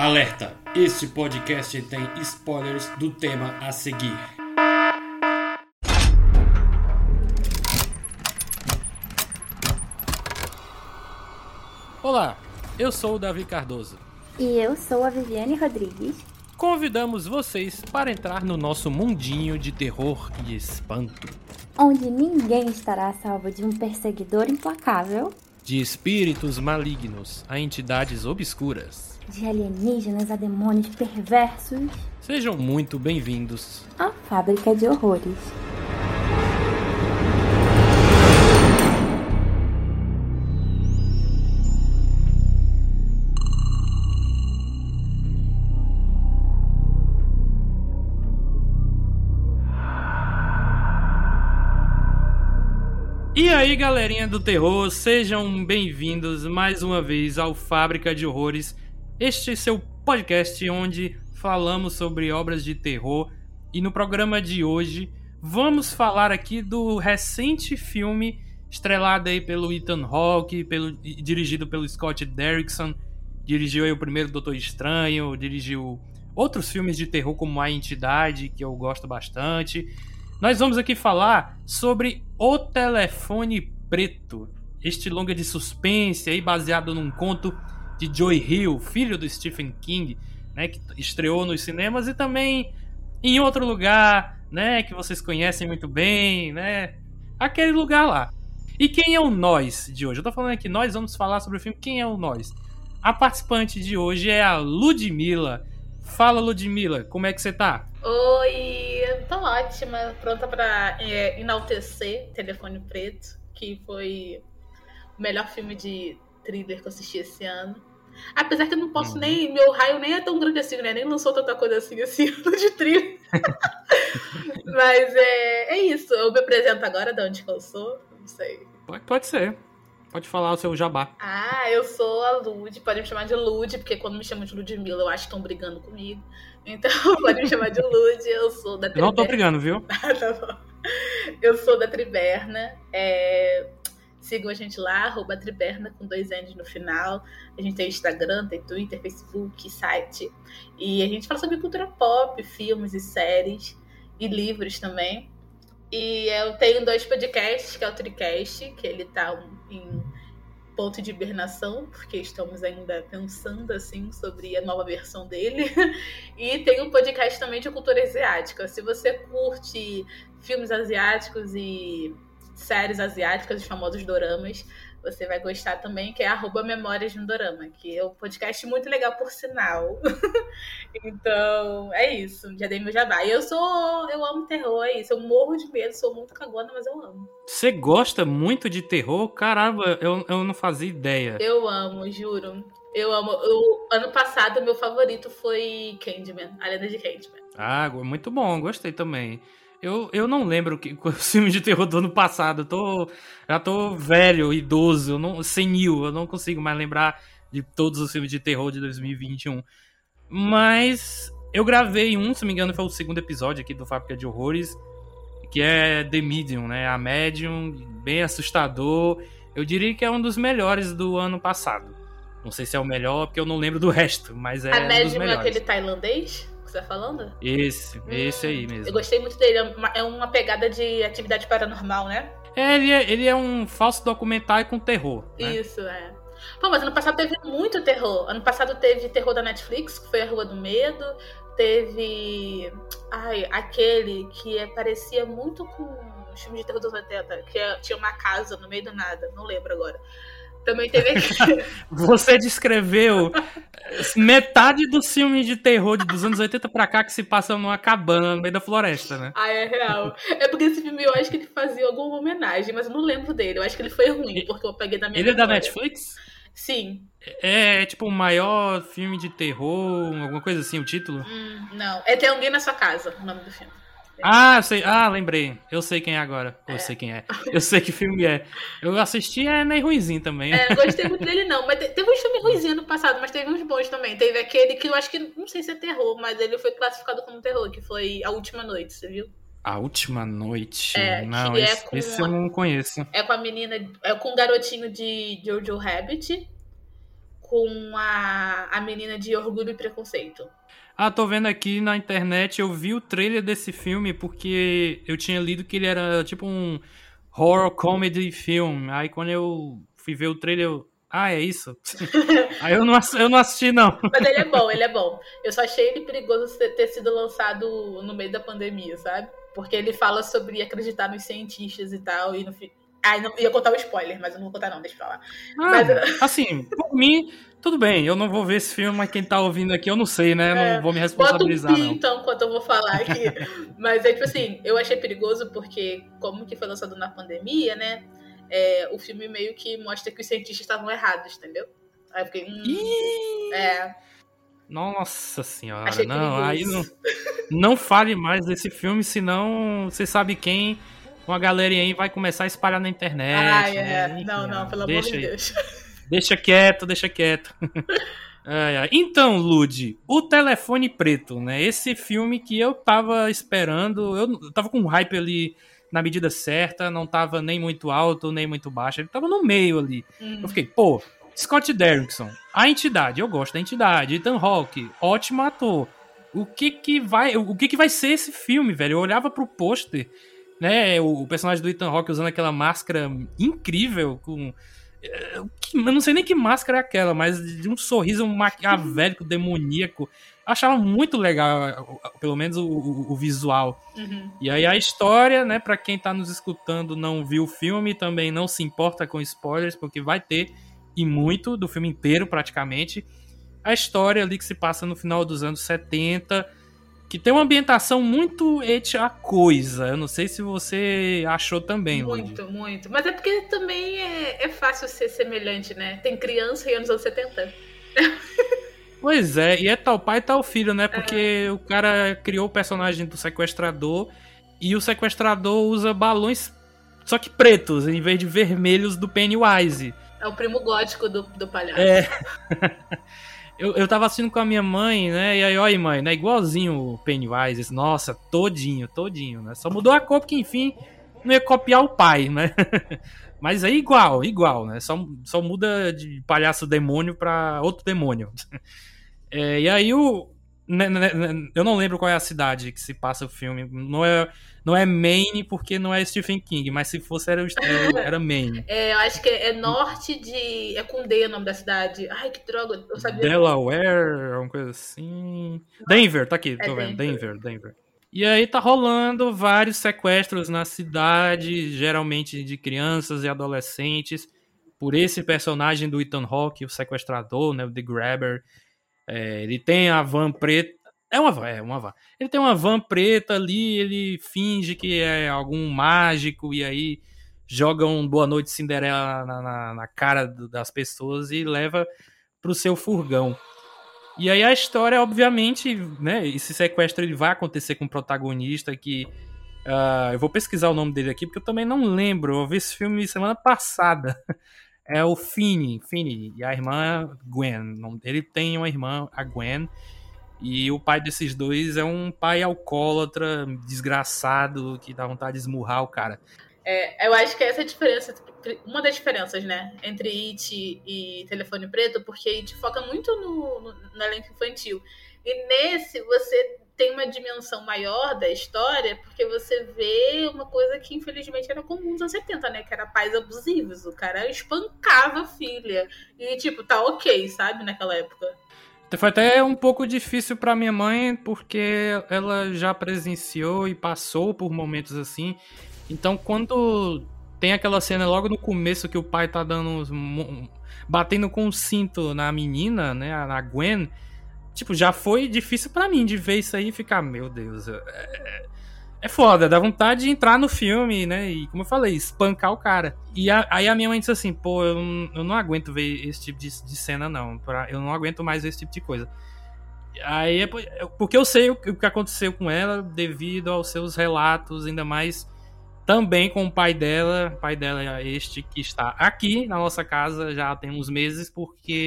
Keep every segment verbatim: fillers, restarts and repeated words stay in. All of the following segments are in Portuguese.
Alerta! Este podcast tem spoilers do tema a seguir. Olá, eu sou o Davi Cardoso. E eu sou a Viviane Rodrigues. Convidamos vocês para entrar no nosso mundinho de terror e espanto. Onde ninguém estará a salvo de um perseguidor implacável. De espíritos malignos a entidades obscuras. De alienígenas a demônios perversos. Sejam muito bem-vindos à Fábrica de Horrores. E aí, galerinha do terror, sejam bem-vindos mais uma vez ao Fábrica de Horrores, este seu podcast onde falamos sobre obras de terror. E no programa de hoje vamos falar aqui do recente filme estrelado aí pelo Ethan Hawke, pelo, dirigido pelo Scott Derrickson. Dirigiu aí o primeiro Doutor Estranho, dirigiu outros filmes de terror como A Entidade, que eu gosto bastante. Nós vamos aqui falar sobre O Telefone Preto, este longa de suspense aí baseado num conto de Joe Hill, filho do Stephen King, né, que estreou nos cinemas e também em outro lugar, né, que vocês conhecem muito bem, né, aquele lugar lá. E quem é o nós de hoje? Eu tô falando aqui, nós vamos falar sobre o filme Quem é o Nós? A participante de hoje é a Ludmilla. Fala, Ludmilla, como é que você tá? Oi, tô ótima, pronta pra é, enaltecer Telefone Preto, que foi o melhor filme de thriller que eu assisti esse ano. Apesar que eu não posso uhum. nem, meu raio nem é tão grande assim, né? Nem lançou tanta coisa assim esse ano de thriller. Mas é, é isso, eu me apresento agora de onde que eu sou, não sei. Pode, pode ser. Pode falar o seu jabá. Ah, eu sou a Lud, pode me chamar de Lud, porque quando me chamam de Ludmilla, eu acho que estão brigando comigo. Então, pode me chamar de Lud, eu sou da Triberna. Não tô brigando, viu? Tá bom. Eu sou da Triberna. É... Sigam a gente lá, arroba Triberna, com dois N's no final. A gente tem Instagram, tem Twitter, Facebook, site. E a gente fala sobre cultura pop, filmes e séries, e livros também. E eu tenho dois podcasts, que é o Tricast, que ele tá em ponto de hibernação, porque estamos ainda pensando assim sobre a nova versão dele. E tem um podcast também de cultura asiática. Se você curte filmes asiáticos e séries asiáticas, os famosos doramas, você vai gostar também, que é arroba Memórias de um Dorama, que é um podcast muito legal, por sinal. Então, é isso. Já dei meu jabá. E eu sou... Eu amo terror, é isso. Eu morro de medo, sou muito cagona, mas eu amo. Você gosta muito de terror? Caramba, eu, eu não fazia ideia. Eu amo, juro. Eu amo. Eu, ano passado, meu favorito foi Candyman, a Lenda de Candyman. Ah, muito bom. Gostei também. Eu, eu não lembro que, o filme de terror do ano passado. Eu tô, já tô velho, idoso, eu não, senil. Eu não consigo mais lembrar de todos os filmes de terror de dois mil e vinte e um. Mas eu gravei um, se não me engano, foi o segundo episódio aqui do Fábrica de Horrores, que é The Medium, né? A Medium, bem assustador. Eu diria que é um dos melhores do ano passado. Não sei se é o melhor, porque eu não lembro do resto, mas é a um dos melhores. A Medium é melhores. aquele tailandês? Você tá falando? Esse, hum, esse aí mesmo. Eu gostei muito dele, é uma, é uma pegada de atividade paranormal, né? É, ele é, ele é um falso documentário com terror, né? Isso, é. Pô, mas ano passado teve muito terror. Ano passado teve terror da Netflix, que foi A Rua do Medo. Teve... Ai, aquele que é, parecia muito com os filmes de terror dos oitenta, que é, tinha uma casa no meio do nada, não lembro agora. Também teve aqui. Você descreveu metade dos filmes de terror de, dos anos oitenta pra cá que se passam numa cabana no meio da floresta, né? Ah, é real. É porque esse filme eu acho que ele fazia alguma homenagem, mas eu não lembro dele. Eu acho que ele foi ruim, porque eu peguei da minha Ele memória. É da Netflix? Sim. É, é tipo o maior filme de terror, alguma coisa assim, o título? Hum, não. É Tem Alguém na Sua Casa, o nome do filme. Ah, eu sei. Ah, lembrei. Eu sei quem é agora. Eu é. sei quem é. Eu sei que filme é. Eu assisti, é meio ruimzinho também. É, não gostei muito dele não. Mas teve uns filmes ruimzinhos no passado, mas teve uns bons também. Teve aquele que eu acho que, não sei se é terror, mas ele foi classificado como terror, que foi A Última Noite, você viu? A Última Noite? É, não, que é esse, com esse eu não conheço. É com a menina, é com o garotinho de Jojo Rabbit, com a, a menina de Orgulho e Preconceito. Ah, tô vendo aqui na internet, eu vi o trailer desse filme porque eu tinha lido que ele era tipo um horror comedy film. Aí quando eu fui ver o trailer, eu... Ah, é isso? Aí eu não, eu não assisti, não. Mas ele é bom, ele é bom. Eu só achei ele perigoso ter sido lançado no meio da pandemia, sabe? Porque ele fala sobre acreditar nos cientistas e tal, e no fim... Ah, não, ia contar o um spoiler, mas eu não vou contar não, deixa pra lá. Ah, mas, assim, por mim, tudo bem, eu não vou ver esse filme, mas quem tá ouvindo aqui eu não sei, né? É, não vou me responsabilizar, bota um pi, não. Então, enquanto eu vou falar aqui. Mas é tipo assim, eu achei perigoso porque, como que foi lançado na pandemia, né? É, o filme meio que mostra que os cientistas estavam errados, entendeu? Aí eu fiquei... Hum, Ih! é... Nossa senhora, Achei não, perigoso. aí não, não fale mais desse filme, senão você sabe quem, uma galerinha aí vai começar a espalhar na internet. Ah, é. Né? Enfim, não, não, pelo deixa amor de aí. Deus. Deixa quieto, deixa quieto. Ai, ai. Então, Lud, O Telefone Preto, né? Esse filme que eu tava esperando, eu tava com um hype ali na medida certa, não tava nem muito alto, nem muito baixo, ele tava no meio ali. Hum. Eu fiquei, pô, Scott Derrickson, A Entidade, eu gosto da Entidade, Ethan Hawke, ótimo ator. O que que vai, o que que vai ser esse filme, velho? Eu olhava pro pôster, né, o, o personagem do Ethan Hawke usando aquela máscara incrível, com... Eu não sei nem que máscara é aquela, mas de um sorriso maquiavélico, demoníaco. Eu achava muito legal, pelo menos o, o, o visual. Uhum. E aí a história, né, pra quem tá nos escutando não viu o filme, também não se importa com spoilers, porque vai ter, e muito, do filme inteiro praticamente. A história ali que se passa no final dos anos setenta, que tem uma ambientação muito et a coisa. Eu não sei se você achou também, Muito, Lud. muito. Mas é porque também é, é fácil ser semelhante, né? Tem criança e anos setenta. Pois é, e é tal pai e tal filho, né? Porque é. o cara criou o personagem do sequestrador e o sequestrador usa balões, só que pretos, em vez de vermelhos do Pennywise. É o primo gótico do, do palhaço. É. eu, eu tava assistindo com a minha mãe, né? E aí, olha, mãe, né? Igualzinho o Pennywise. Nossa, todinho, todinho, né? Só mudou a cor porque, enfim, não ia copiar o pai, né? Mas é igual, igual, né? Só, só muda de palhaço demônio pra outro demônio. É, e aí o... Né, né, eu não lembro qual é a cidade que se passa o filme. Não é, não é Maine, porque não é Stephen King, mas se fosse era, era Maine. É, eu acho que é norte de... É com D o nome da cidade. Ai, que droga, eu sabia. Delaware, alguma coisa assim... Denver, tá aqui, É tô vendo. Denver. Denver, Denver. E aí tá rolando vários sequestros na cidade, geralmente de crianças e adolescentes, por esse personagem do Ethan Hawke, o sequestrador, né, o The Grabber. É, ele tem a van preta. É uma van, é uma van. Ele tem uma van preta ali, ele finge que é algum mágico e aí joga um Boa Noite Cinderela na, na, na cara das pessoas e leva pro seu furgão. E aí a história, obviamente, né, esse sequestro ele vai acontecer com o protagonista que... Uh, eu vou pesquisar o nome dele aqui porque eu também não lembro. Eu vi esse filme semana passada. É o Finney, Finney e a irmã Gwen. Ele tem uma irmã, a Gwen, e o pai desses dois é um pai alcoólatra, desgraçado, que dá vontade de esmurrar o cara. É, eu acho que essa é a diferença, uma das diferenças, né, entre It e Telefone Preto, porque It foca muito no, no, no elenco infantil. E nesse você tem uma dimensão maior da história, porque você vê uma coisa que infelizmente era comum nos anos setenta, né? Que era pais abusivos. O cara espancava a filha. E tipo, tá ok, sabe? Naquela época. Foi até um pouco difícil pra minha mãe, porque ela já presenciou e passou por momentos assim. Então quando tem aquela cena logo no começo que o pai tá dando batendo com o cinto na menina, né? Na Gwen. Tipo, já foi difícil pra mim de ver isso aí e ficar, meu Deus, é, é foda, dá vontade de entrar no filme, né, e como eu falei, espancar o cara. E a, aí a minha mãe disse assim, pô, eu, eu não aguento ver esse tipo de, de cena não, pra, eu não aguento mais ver esse tipo de coisa. Aí, porque eu sei o que aconteceu com ela devido aos seus relatos, ainda mais também com o pai dela, o pai dela é este que está aqui na nossa casa já tem uns meses, porque...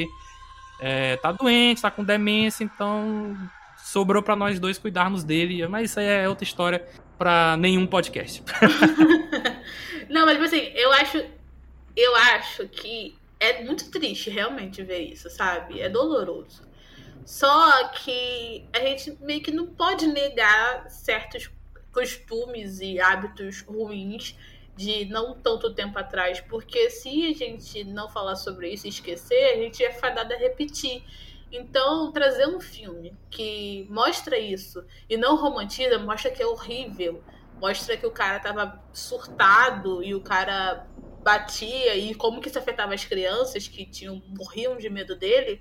É, tá doente, tá com demência, então sobrou pra nós dois cuidarmos dele, mas isso aí é outra história pra nenhum podcast. Não, mas assim, eu acho eu acho que é muito triste realmente ver isso, sabe? É doloroso. Só que a gente meio que não pode negar certos costumes e hábitos ruins de não tanto tempo atrás, porque se a gente não falar sobre isso e esquecer, a gente é fadado a repetir. Então, trazer um filme que mostra isso e não romantiza, mostra que é horrível, mostra que o cara tava surtado e o cara batia e como que isso afetava as crianças que tinham, morriam de medo dele,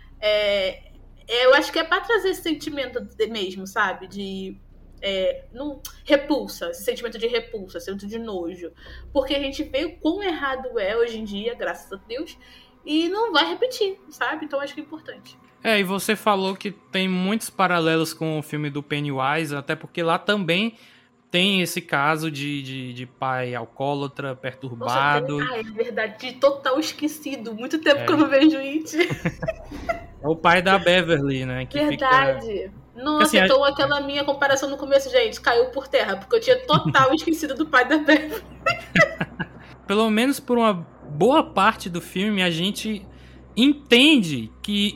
é, é, eu acho que é pra trazer esse sentimento de, mesmo, sabe? De é, não, repulsa, esse sentimento de repulsa, esse sentimento de nojo. Porque a gente vê o quão errado é hoje em dia, graças a Deus, e não vai repetir, sabe? Então acho que é importante. É, e você falou que tem muitos paralelos com o filme do Pennywise, até porque lá também tem esse caso de, de, de pai alcoólatra, perturbado. Nossa, ah, é verdade, de total esquecido. Muito tempo é. que eu não vejo It. É o pai da Beverly, né? Que verdade. Fica... Nossa, assim, então a... aquela minha comparação no começo, gente, caiu por terra, porque eu tinha total esquecido do pai da Beverly. Pelo menos por uma boa parte do filme, a gente entende que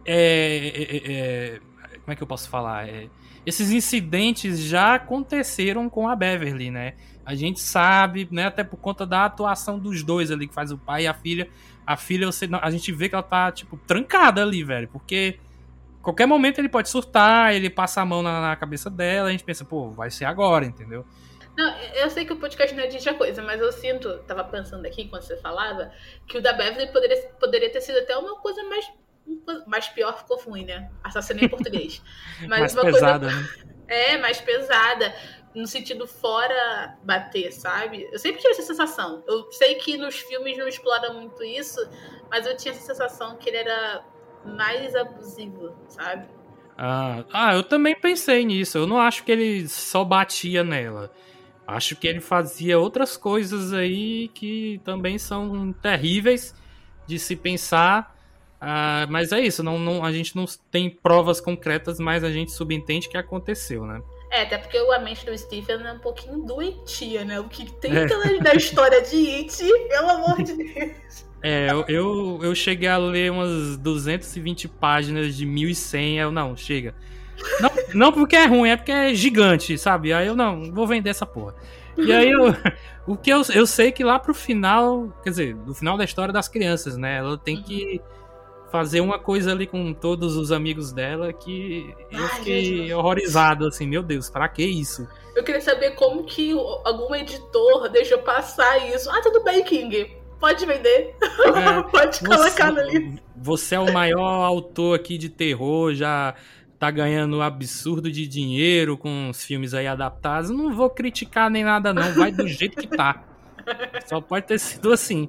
é, é, é, como é que eu posso falar? É, esses incidentes já aconteceram com a Beverly, né? A gente sabe, né? Até por conta da atuação dos dois ali, que faz o pai e a filha. A filha, você, a gente vê que ela tá, tipo, trancada ali, velho. Porque qualquer momento ele pode surtar, ele passa a mão na, na cabeça dela, a gente pensa, pô, vai ser agora, entendeu? Não, eu sei que o podcast não é de coisa, mas eu sinto, tava pensando aqui quando você falava, que o da Beverly poderia, poderia ter sido até uma coisa mais, mais pior, ficou ruim, né? Assassinei em português. Mas mais uma pesada, coisa, né? É, mais pesada, no sentido fora bater, sabe? Eu sempre tive essa sensação. Eu sei que nos filmes não explora muito isso, mas eu tinha essa sensação que ele era mais abusivo, sabe? Ah, ah, eu também pensei nisso. Eu não acho que ele só batia nela. Acho que ele fazia outras coisas aí que também são terríveis de se pensar. Ah, mas é isso, não, não, a gente não tem provas concretas, mas a gente subentende que aconteceu, né? É, até porque a mente do Stephen é um pouquinho doentia, né? O que tem é. da história de It, pelo amor de Deus. É, eu, eu, eu cheguei a ler umas duzentas e vinte páginas de mil e cem, eu não, chega. Não, não porque é ruim, é porque é gigante, sabe? Aí eu não, vou vender essa porra. E aí eu, o que eu, eu sei que lá pro final, quer dizer, no final da história das crianças, né? Ela tem uhum. que fazer uma coisa ali com todos os amigos dela que eu fiquei Ai, gente, horrorizado, assim, meu Deus, pra que isso? Eu queria saber como que algum editor deixou passar isso. Ah, tudo bem, King, pode vender, é, pode colocar no livro. Você é o maior autor aqui de terror, já tá ganhando um absurdo de dinheiro com os filmes aí adaptados. Não vou criticar nem nada não, vai do jeito que tá. Só pode ter sido assim.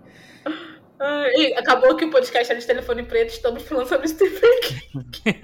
Ah, e acabou que o podcast é de telefone preto, estamos falando sobre Stephen King.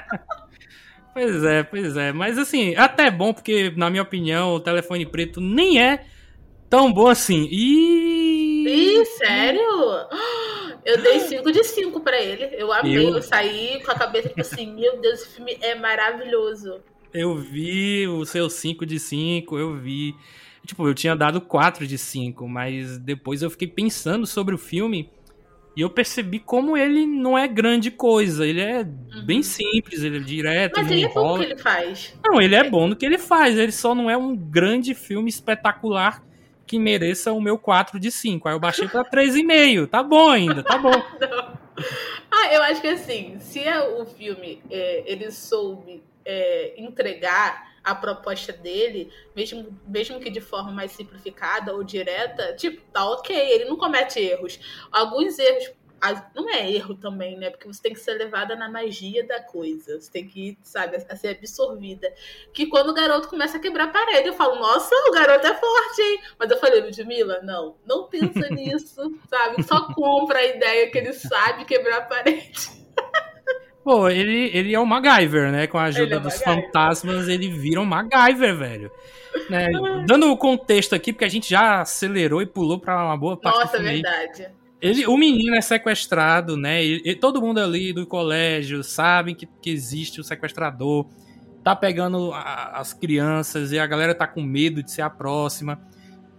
Pois é, pois é. Mas assim, até é bom, porque, na minha opinião, o telefone preto nem é tão bom assim. E... Ih, sério? Eu dei cinco de cinco pra ele. Eu amei, eu... eu saí com a cabeça tipo assim, meu Deus, esse filme é maravilhoso. Eu vi o seu cinco de cinco, eu vi... Tipo, eu tinha dado quatro de cinco, mas depois eu fiquei pensando sobre o filme e eu percebi como ele não é grande coisa. Ele é uhum. bem simples, ele é direto. Mas ele é bom no que ele faz. Não, ele é bom no que ele faz. Ele só não é um grande filme espetacular que mereça o meu quatro de cinco. Aí eu baixei pra três e meio. Tá bom ainda, tá bom. Ah, eu acho que assim, se o filme é, ele soube é, entregar a proposta dele, mesmo, mesmo que de forma mais simplificada ou direta, tipo, tá ok, ele não comete erros. Alguns erros, não é erro também, né? Porque você tem que ser levada na magia da coisa. Você tem que, sabe, a ser absorvida. Que quando o garoto começa a quebrar a parede, eu falo, nossa, o garoto é forte, hein? Mas eu falei, Ludmilla, não, não pensa nisso, sabe? Só compra a ideia que ele sabe quebrar a parede. Pô, ele, ele é o MacGyver, né? Com a ajuda é dos MacGyver. fantasmas, ele vira um MacGyver, velho. Né? Dando o contexto aqui, porque a gente já acelerou e pulou pra uma boa parte Nossa, do filme. verdade. Ele, o menino é sequestrado, né? E, e todo mundo ali do colégio sabe que, que existe o sequestrador. Tá pegando a, as crianças e a galera tá com medo de ser a próxima.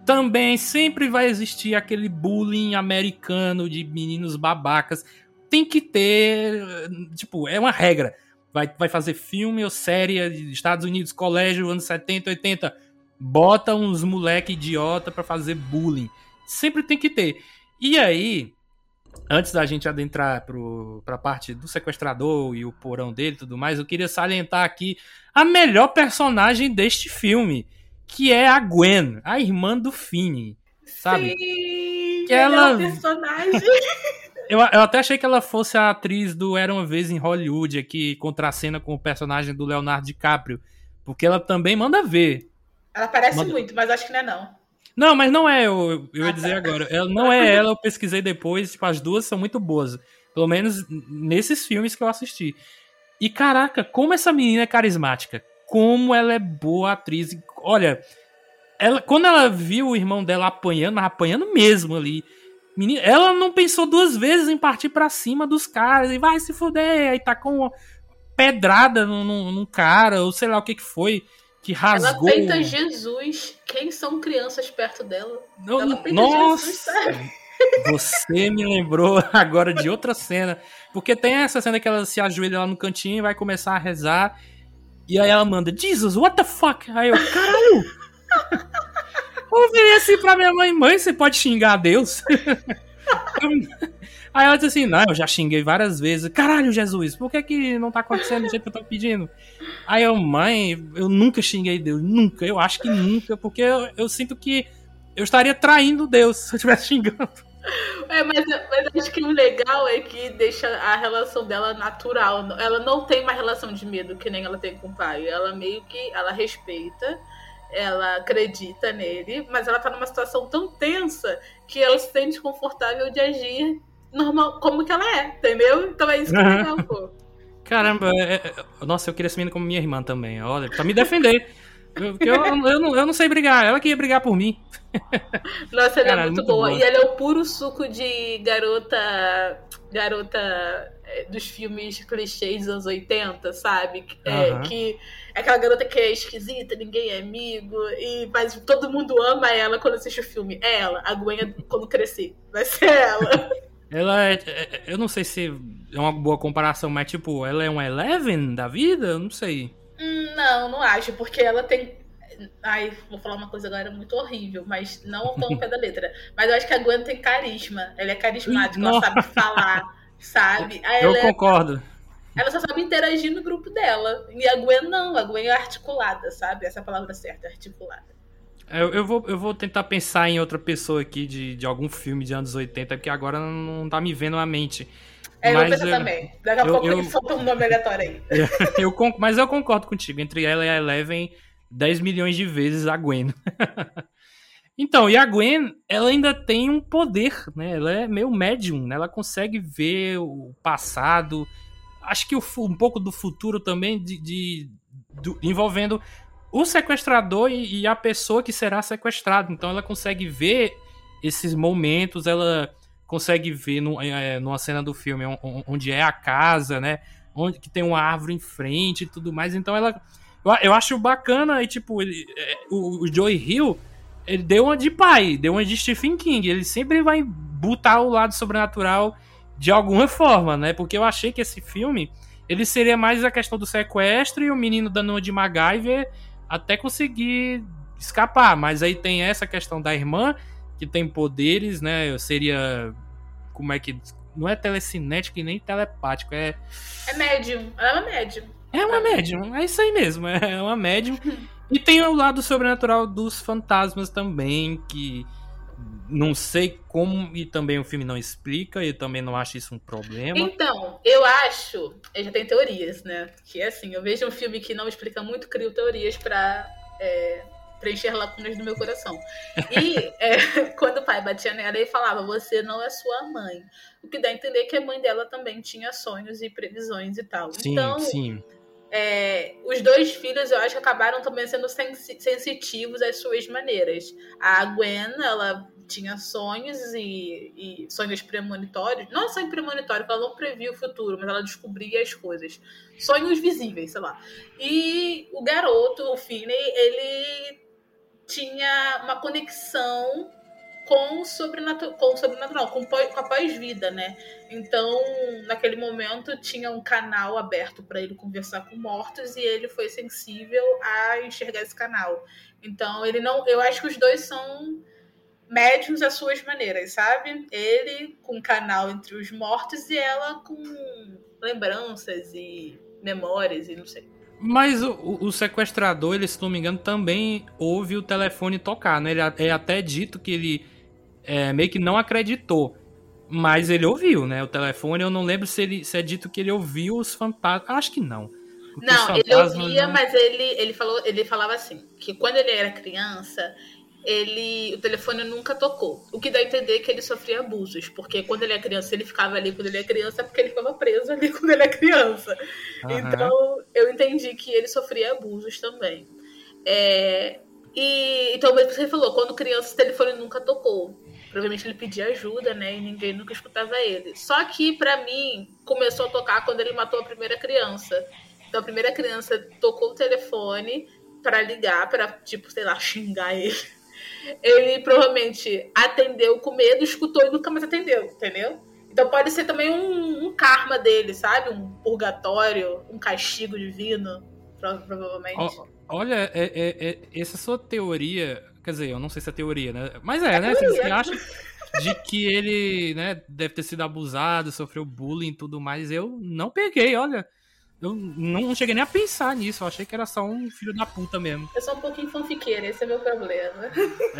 também sempre vai existir aquele bullying americano de meninos babacas. Tem que ter, tipo, é uma regra. Vai, vai fazer filme ou série de Estados Unidos, colégio, anos setenta, oitenta, bota uns moleque idiota pra fazer bullying. Sempre tem que ter. E aí, antes da gente adentrar pro, pra parte do sequestrador e o porão dele e tudo mais, eu queria salientar aqui a melhor personagem deste filme, que é a Gwen, a irmã do Finney, sabe? Sim, que ela personagem. eu, eu até achei que ela fosse a atriz do Era Uma Vez em Hollywood, aqui contracena com o personagem do Leonardo DiCaprio, porque ela também manda ver. Ela parece manda... muito, mas acho que não é não. Não, mas não é, eu, eu ia dizer agora. Ela, não é ela, eu pesquisei depois, tipo, as duas são muito boas. Pelo menos nesses filmes que eu assisti. E caraca, como essa menina é carismática. Como ela é boa atriz. Olha, ela, quando ela viu o irmão dela apanhando, mas apanhando mesmo ali, menina, ela não pensou duas vezes em partir pra cima dos caras e vai se fuder, aí tá com uma pedrada num, num, num cara, ou sei lá o que que foi, que rasgou. Ela peita Jesus. Quem são crianças perto dela? Não, ela peita nossa, Jesus, sabe? Você me lembrou agora de outra cena, porque tem essa cena que ela se ajoelha lá no cantinho e vai começar a rezar. E aí ela manda, Jesus, what the fuck? Aí eu, caralho! Eu virei assim pra minha mãe, mãe, você pode xingar a Deus? Aí ela disse assim, não, eu já xinguei várias vezes. Caralho, Jesus, por que que não tá acontecendo do jeito que eu tô pedindo? Aí eu, mãe, eu nunca xinguei Deus, nunca, eu acho que nunca, porque eu, eu sinto que eu estaria traindo Deus se eu estivesse xingando. É, mas, mas acho que o legal é que deixa a relação dela natural. Ela não tem uma relação de medo que nem ela tem com o pai. Ela meio que, ela respeita, ela acredita nele, mas ela tá numa situação tão tensa que ela se sente confortável de agir normal, como que ela é, entendeu? Então é isso que é legal, pô. Caramba, é, é, nossa, eu queria esse menino como minha irmã também, olha, pra me defender. Eu, eu, eu, eu, não, eu não sei brigar, ela que ia brigar por mim. Nossa, ela Caralho, é muito, muito boa. boa. E ela é o puro suco de garota garota é, dos filmes clichês dos anos oitenta, sabe? É, Uhum. Que é aquela garota que é esquisita, ninguém é amigo, e, mas todo mundo ama ela quando assiste o filme. É ela, a Gwen quando crescer. Vai ser ela. Ela é, é, eu não sei se é uma boa comparação, mas tipo, ela é uma Eleven da vida? Eu não sei. Hum, Não, não acho, porque ela tem. Ai, vou falar uma coisa agora muito horrível, mas não tão ao pé da letra. Mas eu acho que a Gwen tem carisma. Ela é carismática, ela Nossa. sabe falar, sabe? Aí Eu ela, é- concordo. ela só sabe interagir no grupo dela. E a Gwen não, a Gwen é articulada, sabe? Essa é a palavra certa, articulada. Eu, eu, vou, eu vou tentar pensar em outra pessoa aqui de, de algum filme de anos oitenta, porque agora não tá me vendo a mente. É, eu Mas penso eu- também. Daqui a eu- pouco eu- ele solta um nome aleatório aí. eu, con- mas eu concordo contigo. Entre ela e a Eleven, dez milhões de vezes a Gwen. Então, e a Gwen, ela ainda tem um poder, né? Ela é meio médium, né? Ela consegue ver o passado. Acho que o fu- um pouco do futuro também, de, de- do- envolvendo o sequestrador e, e a pessoa que será sequestrada. Então, ela consegue ver esses momentos, ela consegue ver no, é, numa cena do filme on- onde é a casa, né? Onde que tem uma árvore em frente e tudo mais. Então, ela... Eu, eu acho bacana, e tipo, ele, é, o, o Joey Hill, ele deu uma de pai, deu uma de Stephen King. Ele sempre vai botar o lado sobrenatural de alguma forma, né? Porque eu achei que esse filme, ele seria mais a questão do sequestro e o menino dando uma de MacGyver até conseguir escapar. Mas aí tem essa questão da irmã, que tem poderes, né? Seria... Como é que... Não é telecinético e nem telepático, é... É médium, ela é uma médium. É uma médium, é isso aí mesmo, é uma médium. E tem o lado sobrenatural dos fantasmas também, que não sei como, e também o filme não explica, e também não acho isso um problema. Então, eu acho, eu já tenho teorias, né? Que é assim, eu vejo um filme que não explica muito, crio teorias pra é, preencher lacunas do meu coração. E é, quando o pai batia nela, ele falava, você não é sua mãe. O que dá a entender que a mãe dela também tinha sonhos e previsões e tal. Sim, então, sim. É, os dois filhos, eu acho que acabaram também sendo sensi- sensitivos às suas maneiras. A Gwen, ela tinha sonhos e, e sonhos premonitórios. Não sonho premonitório, porque ela não previa o futuro, mas ela descobria as coisas. Sonhos visíveis, sei lá. E o garoto, o Finney, ele tinha uma conexão com o sobrenatural, com, o sobrenatural, com, com a pós-vida, né? Então, naquele momento, tinha um canal aberto para ele conversar com mortos e ele foi sensível a enxergar esse canal. Então, ele não... Eu acho que os dois são médiums às suas maneiras, sabe? Ele com um canal entre os mortos e ela com lembranças e memórias e não sei. Mas o, o sequestrador, ele, se não me engano, também ouve o telefone tocar, né? Ele é até dito que ele é, meio que não acreditou, mas ele ouviu, né? O telefone, eu não lembro se, ele, se é dito que ele ouviu os fantasmas. Acho que não. Não, ele ouvia, não... mas ele, ele, falou, ele falava assim, que quando ele era criança, ele, o telefone nunca tocou. O que dá a entender que ele sofria abusos, porque quando ele é criança, ele ficava ali quando ele é criança, porque ele ficava preso ali quando ele é criança. Uhum. Então, eu entendi que ele sofria abusos também. É, e então, você falou, quando criança, o telefone nunca tocou. Provavelmente ele pedia ajuda, né? E ninguém nunca escutava ele. Só que, pra mim, começou a tocar quando ele matou a primeira criança. Então, a primeira criança tocou o telefone pra ligar, pra, tipo, sei lá, xingar ele. Ele provavelmente atendeu com medo, escutou e nunca mais atendeu, entendeu? Então pode ser também um, um karma dele, sabe? Um purgatório, um castigo divino, provavelmente. Olha, é, é, é, essa sua teoria, quer dizer, eu não sei se é teoria, né? Mas é, é né? Teoria. Você acha de que ele, né, deve ter sido abusado, sofreu bullying e tudo mais. Eu não peguei, olha. Eu não cheguei nem a pensar nisso, eu achei que era só um filho da puta mesmo. Eu sou um pouquinho fanfiqueira, esse é meu problema.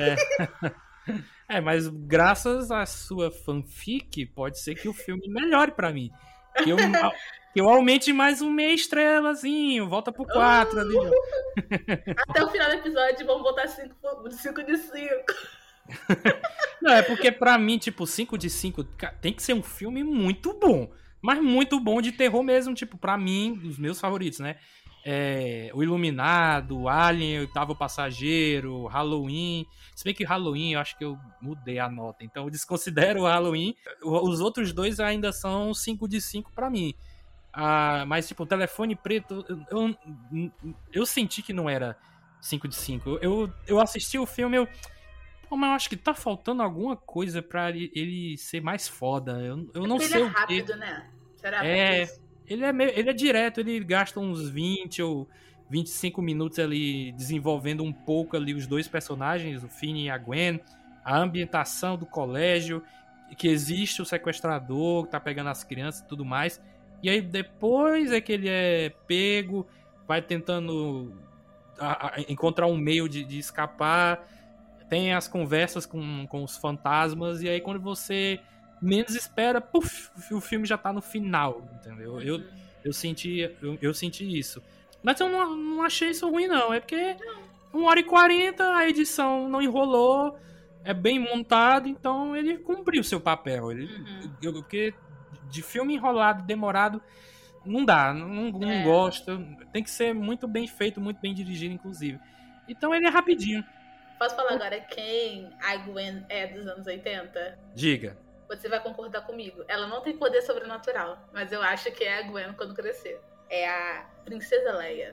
É. É, mas graças à sua fanfic, pode ser que o filme melhore pra mim. Que eu, que eu aumente mais um meia estrelazinho, volta pro quatro uh, ali. Ó. Até o final do episódio vamos botar cinco de cinco. Não, é porque pra mim, tipo, cinco de cinco tem que ser um filme muito bom. Mas muito bom de terror mesmo, tipo, pra mim, os meus favoritos, né? É, o Iluminado, Alien, Oitavo Passageiro, Halloween. Se bem que Halloween, eu acho que eu mudei a nota, então eu desconsidero o Halloween. Os outros dois ainda são cinco de cinco pra mim. Ah, mas, tipo, o Telefone Preto, eu, eu, eu senti que não era cinco de cinco. Eu, eu assisti o filme, eu... Pô, mas eu acho que tá faltando alguma coisa pra ele, ele ser mais foda. Eu, eu não ele sei é o rápido, quê. né? Será é, ele é, meio, ele é direto, ele gasta uns vinte ou vinte e cinco minutos ali desenvolvendo um pouco ali os dois personagens, o Finn e a Gwen, a ambientação do colégio, que existe o sequestrador que tá pegando as crianças e tudo mais. E aí depois é que ele é pego, vai tentando a, a, encontrar um meio de, de escapar. Tem as conversas com, com os fantasmas, e aí quando você menos espera, puf, o filme já tá no final, entendeu? Uhum. Eu, eu, senti, eu, eu senti isso. Mas eu não, não achei isso ruim, não. É porque uma hora e quarenta, a edição não enrolou, é bem montado, então ele cumpriu o seu papel. Ele, uhum. eu, porque de filme enrolado, demorado, não dá, não, não é. gosto. Tem que ser muito bem feito, muito bem dirigido, inclusive. Então ele é rapidinho. Posso falar agora quem a Gwen é dos anos oitenta? Diga. Você vai concordar comigo. Ela não tem poder sobrenatural, mas eu acho que é a Gwen quando crescer. É a Princesa Leia.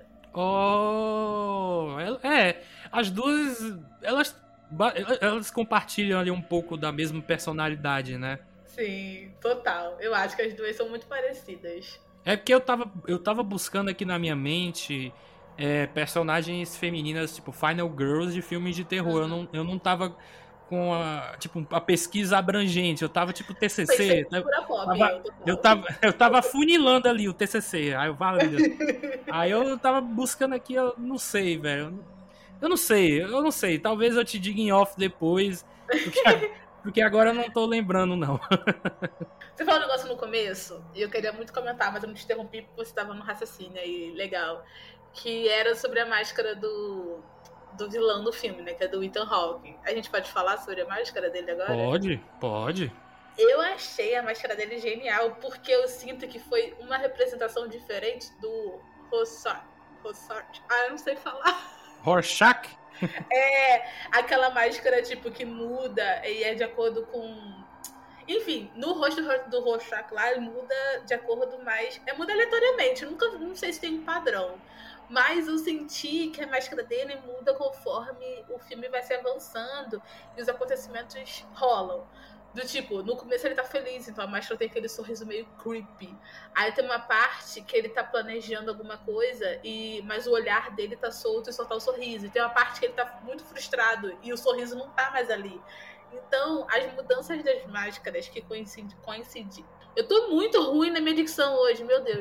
Oh, é. As duas, elas, elas compartilham ali um pouco da mesma personalidade, né? Sim, total. Eu acho que as duas são muito parecidas. É porque eu tava, eu tava buscando aqui na minha mente... É, personagens femininas, tipo, Final Girls de filmes de terror. Uhum. Eu, não, eu não tava com a, tipo, a pesquisa abrangente. Eu tava, tipo, T C C. Tava, pop, tava, eu, tava, eu tava funilando ali o T C C. Aí eu, valeu. Aí eu tava buscando aqui, eu não sei, velho. Eu não sei, eu não sei. Talvez eu te diga em off depois. Porque, porque agora eu não tô lembrando, não. Você falou um negócio no começo, e eu queria muito comentar, mas eu me interrompi porque você tava no raciocínio aí, legal. Que era sobre a máscara do, do vilão do filme, né? Que é do Ethan Hawke. A gente pode falar sobre a máscara dele agora? Pode, pode. Eu achei a máscara dele genial, porque eu sinto que foi uma representação diferente do Rorschach. Rorschach. Ah, eu não sei falar. Rorschach? É, aquela máscara, tipo, que muda e é de acordo com... Enfim, no rosto do Rorschach lá, ele muda de acordo mais... É, muda aleatoriamente, eu nunca, não sei se tem um padrão. Mas eu senti que a máscara dele muda conforme o filme vai se avançando e os acontecimentos rolam. Do tipo, no começo ele tá feliz, então a máscara tem aquele sorriso meio creepy. Aí tem uma parte que ele tá planejando alguma coisa, e mas o olhar dele tá solto e só tá o sorriso. E tem uma parte que ele tá muito frustrado e o sorriso não tá mais ali. Então, as mudanças das máscaras que coincidem... Coincidi. Eu tô muito ruim na minha dicção hoje, meu Deus.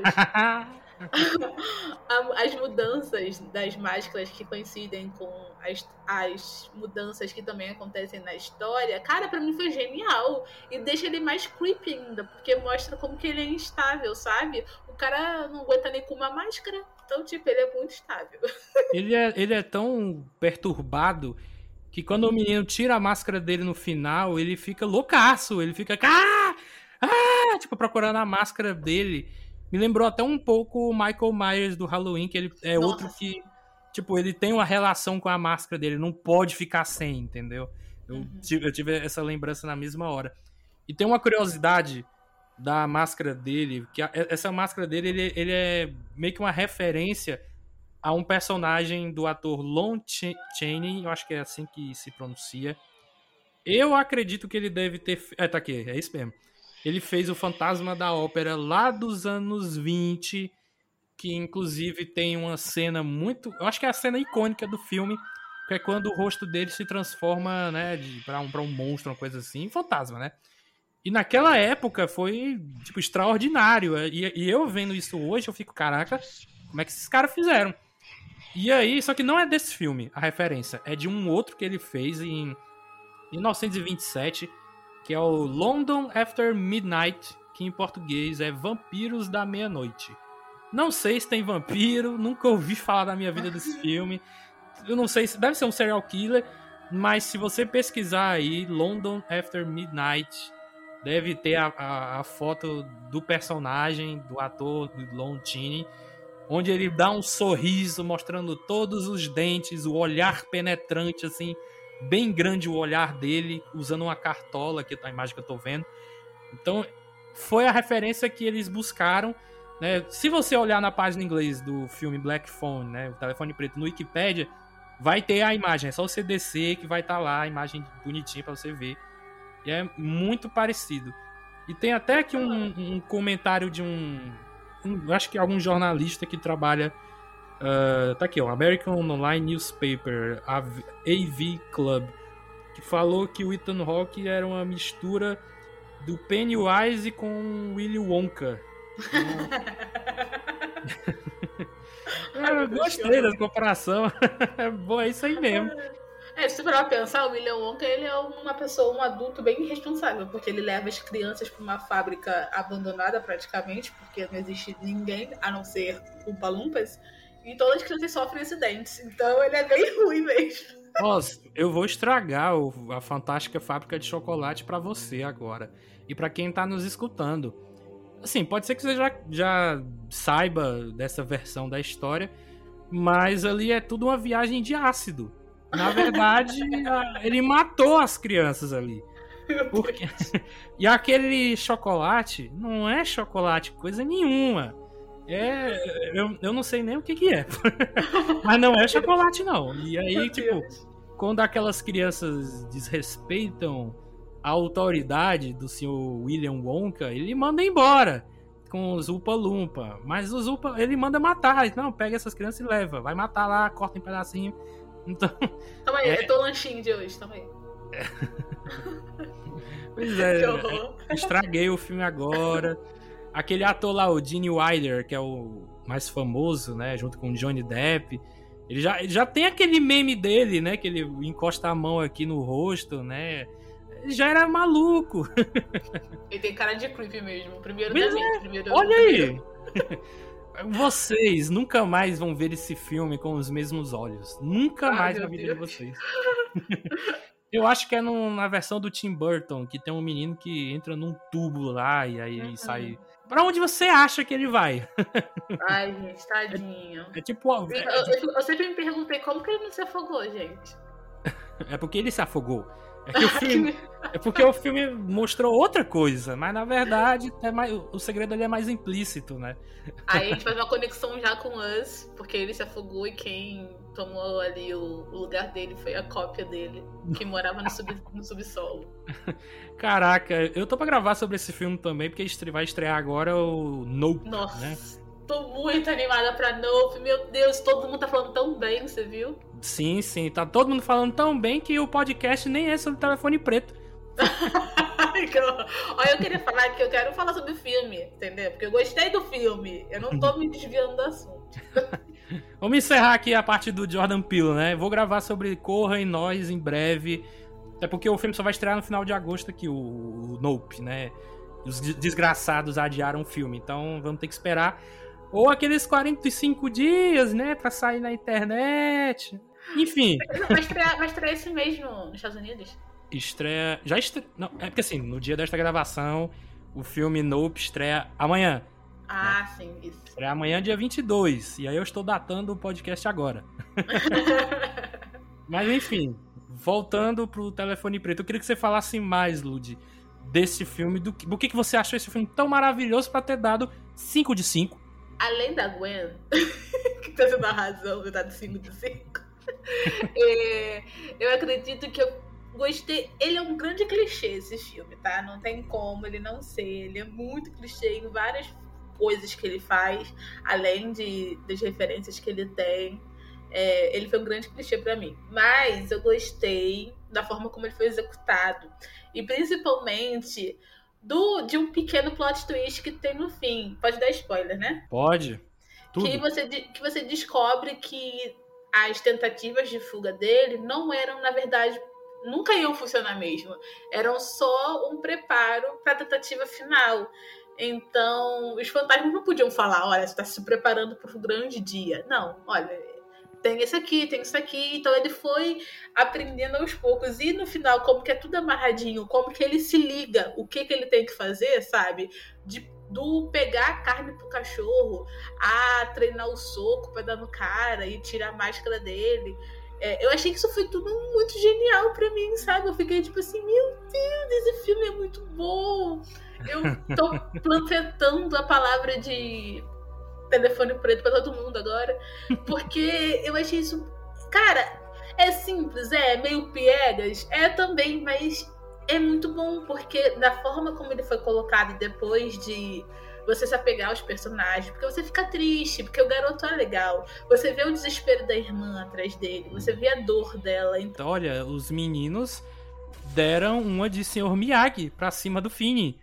As mudanças das máscaras que coincidem com as, as mudanças que também acontecem na história, cara, pra mim foi genial. E deixa ele mais creepy ainda, porque mostra como que ele é instável, sabe? O cara não aguenta nem com uma máscara. Então, tipo, ele é muito estável. Ele é, ele é tão perturbado que quando o menino tira a máscara dele no final, ele fica loucaço. Ele fica... Ah! Ah! Tipo, procurando a máscara dele. Me lembrou até um pouco o Michael Myers do Halloween, que ele é Nossa. outro que, tipo, ele tem uma relação com a máscara dele, não pode ficar sem, entendeu? Eu, uhum. tive, eu tive essa lembrança na mesma hora. E tem uma curiosidade da máscara dele, que a, essa máscara dele, ele, ele é meio que uma referência a um personagem do ator Lon Chaney, eu acho que é assim que se pronuncia. Eu acredito que ele deve ter... É, tá aqui, é isso mesmo. Ele fez o Fantasma da Ópera lá dos anos vinte, que inclusive tem uma cena muito... Eu acho que é a cena icônica do filme, que é quando o rosto dele se transforma, né, de, pra, um, pra um monstro, uma coisa assim, fantasma, né? E naquela época foi, tipo, extraordinário. E, e eu vendo isso hoje, eu fico, caraca, como é que esses caras fizeram? E aí, só que não é desse filme, a referência. É de um outro que ele fez em mil novecentos e vinte e sete... que é o London After Midnight, que em português é Vampiros da Meia-Noite. Não sei se tem vampiro, nunca ouvi falar da minha vida desse filme. Eu não sei se deve ser um serial killer, mas se você pesquisar aí, London After Midnight, deve ter a, a, a foto do personagem, do ator, do Lon Chaney, onde ele dá um sorriso mostrando todos os dentes, o olhar penetrante, assim, bem grande o olhar dele, usando uma cartola, que é a imagem que eu tô vendo. Então, foi a referência que eles buscaram, né? Se você olhar na página em inglês do filme Black Phone, né, o telefone preto, no Wikipedia, vai ter a imagem. É só você descer que vai estar tá lá a imagem bonitinha para você ver. E é muito parecido. E tem até aqui um, um comentário de um, um... acho que algum jornalista que trabalha... Uh, tá aqui, ó, American Online Newspaper, A V Club, que falou que o Ethan Hawke era uma mistura do Pennywise com Willy Wonka. Eu gostei da comparação. Bom, é isso aí mesmo. É, se você parar pra pensar, o William Wonka, ele é uma pessoa, um adulto bem irresponsável, porque ele leva as crianças pra uma fábrica abandonada praticamente, porque não existe ninguém a não ser Umpa-Lumpas. E todas as crianças sofrem acidentes. Então ele é bem ruim mesmo. Nossa, eu vou estragar o, a fantástica fábrica de chocolate pra você agora. E pra quem tá nos escutando. Assim, pode ser que você já, já saiba dessa versão da história, mas ali é tudo uma viagem de ácido. Na verdade, a, ele matou as crianças ali. Porque... E aquele chocolate não é chocolate coisa nenhuma. É, eu, eu não sei nem o que que é. Mas não é chocolate, não. E aí, tipo, quando aquelas crianças desrespeitam a autoridade do senhor William Wonka, ele manda embora com os Upa-Lumpa. Mas os Upa, ele manda matar. Não, pega essas crianças e leva. Vai matar lá, corta em pedacinho. Então... Toma aí, é, é teu lanchinho de hoje, toma aí. É. Pois é, estraguei o filme agora. Aquele ator lá, o Gene Wilder, que é o mais famoso, né, junto com o Johnny Depp, ele já, ele já tem aquele meme dele, né, que ele encosta a mão aqui no rosto, né, ele já era maluco. Ele tem cara de creepy mesmo, primeiro Mas da minha, é, primeiro olha primeiro. aí, vocês nunca mais vão ver esse filme com os mesmos olhos, nunca Ai, mais na vida Deus. de vocês. Eu acho que é no, na versão do Tim Burton, que tem um menino que entra num tubo lá e aí uhum. sai... Pra onde você acha que ele vai? Ai, gente, tadinho. É, é tipo... Eu, eu, eu sempre me perguntei como que ele não se afogou, gente. É porque ele se afogou. É que o filme... É porque o filme mostrou outra coisa, mas na verdade é mais, o segredo ali é mais implícito, né? Aí a gente faz uma conexão já com Us, porque ele se afogou e quem tomou ali o, o lugar dele foi a cópia dele, que morava no, sub, no subsolo. Caraca, eu tô pra gravar sobre esse filme também, porque vai estrear agora o Nope, Nossa, né? Tô muito animada pra Nope, meu Deus, todo mundo tá falando tão bem, você viu? Sim, sim, tá todo mundo falando tão bem que o podcast nem é sobre Telefone Preto. Olha, eu queria falar que eu quero falar sobre o filme, entendeu? Porque eu gostei do filme, eu não tô me desviando do assunto. Vamos encerrar aqui a parte do Jordan Peele, né? Vou gravar sobre Corra em Nós em breve, até porque o filme só vai estrear no final de agosto aqui, o, o Nope, né? Os desgraçados adiaram o filme, então vamos ter que esperar ou aqueles quarenta e cinco dias, né, pra sair na internet. Enfim. Vai estrear, vai estrear esse mês no, nos Estados Unidos? Estreia... Já estreia... Não, é porque assim, no dia desta gravação, o filme Nope estreia amanhã. Ah, né? sim, isso. Estreia amanhã, dia vinte e dois. E aí eu estou datando o podcast agora. Mas enfim, voltando pro Telefone Preto, eu queria que você falasse mais, Lud, desse filme, do que, do que você achou esse filme tão maravilhoso pra ter dado cinco de cinco. Além da Gwen, que tá sendo a razão de dar de cinco de cinco, é, eu acredito que eu gostei. Ele é um grande clichê, esse filme, tá? Não tem como ele não ser. Ele é muito clichê em várias coisas que ele faz, além de, das referências que ele tem. É, ele foi um grande clichê pra mim. Mas eu gostei da forma como ele foi executado. E principalmente do, de um pequeno plot twist que tem no fim. Pode dar spoiler, né? Pode. Tudo. Que você, que você descobre que as tentativas de fuga dele não eram, na verdade, nunca iam funcionar mesmo. Eram só um preparo para a tentativa final. Então, os fantasmas não podiam falar, olha, você está se preparando para um grande dia. Não, olha, tem esse aqui, tem isso aqui. Então, ele foi aprendendo aos poucos. E no final, como que é tudo amarradinho, como que ele se liga, o que, que ele tem que fazer, sabe? De do pegar a carne pro cachorro, a treinar o soco pra dar no cara e tirar a máscara dele. É, eu achei que isso foi tudo muito genial pra mim, sabe? Eu fiquei tipo assim, meu Deus, esse filme é muito bom. Eu tô panfletando a palavra de Telefone Preto pra todo mundo agora, porque eu achei isso... Cara, é simples, é meio piegas, é também, mas... é muito bom, porque da forma como ele foi colocado depois de você se apegar aos personagens, porque você fica triste, porque o garoto é legal, você vê o desespero da irmã atrás dele, você vê a dor dela. Então, olha, os meninos deram uma de senhor Miyagi pra cima do Finney.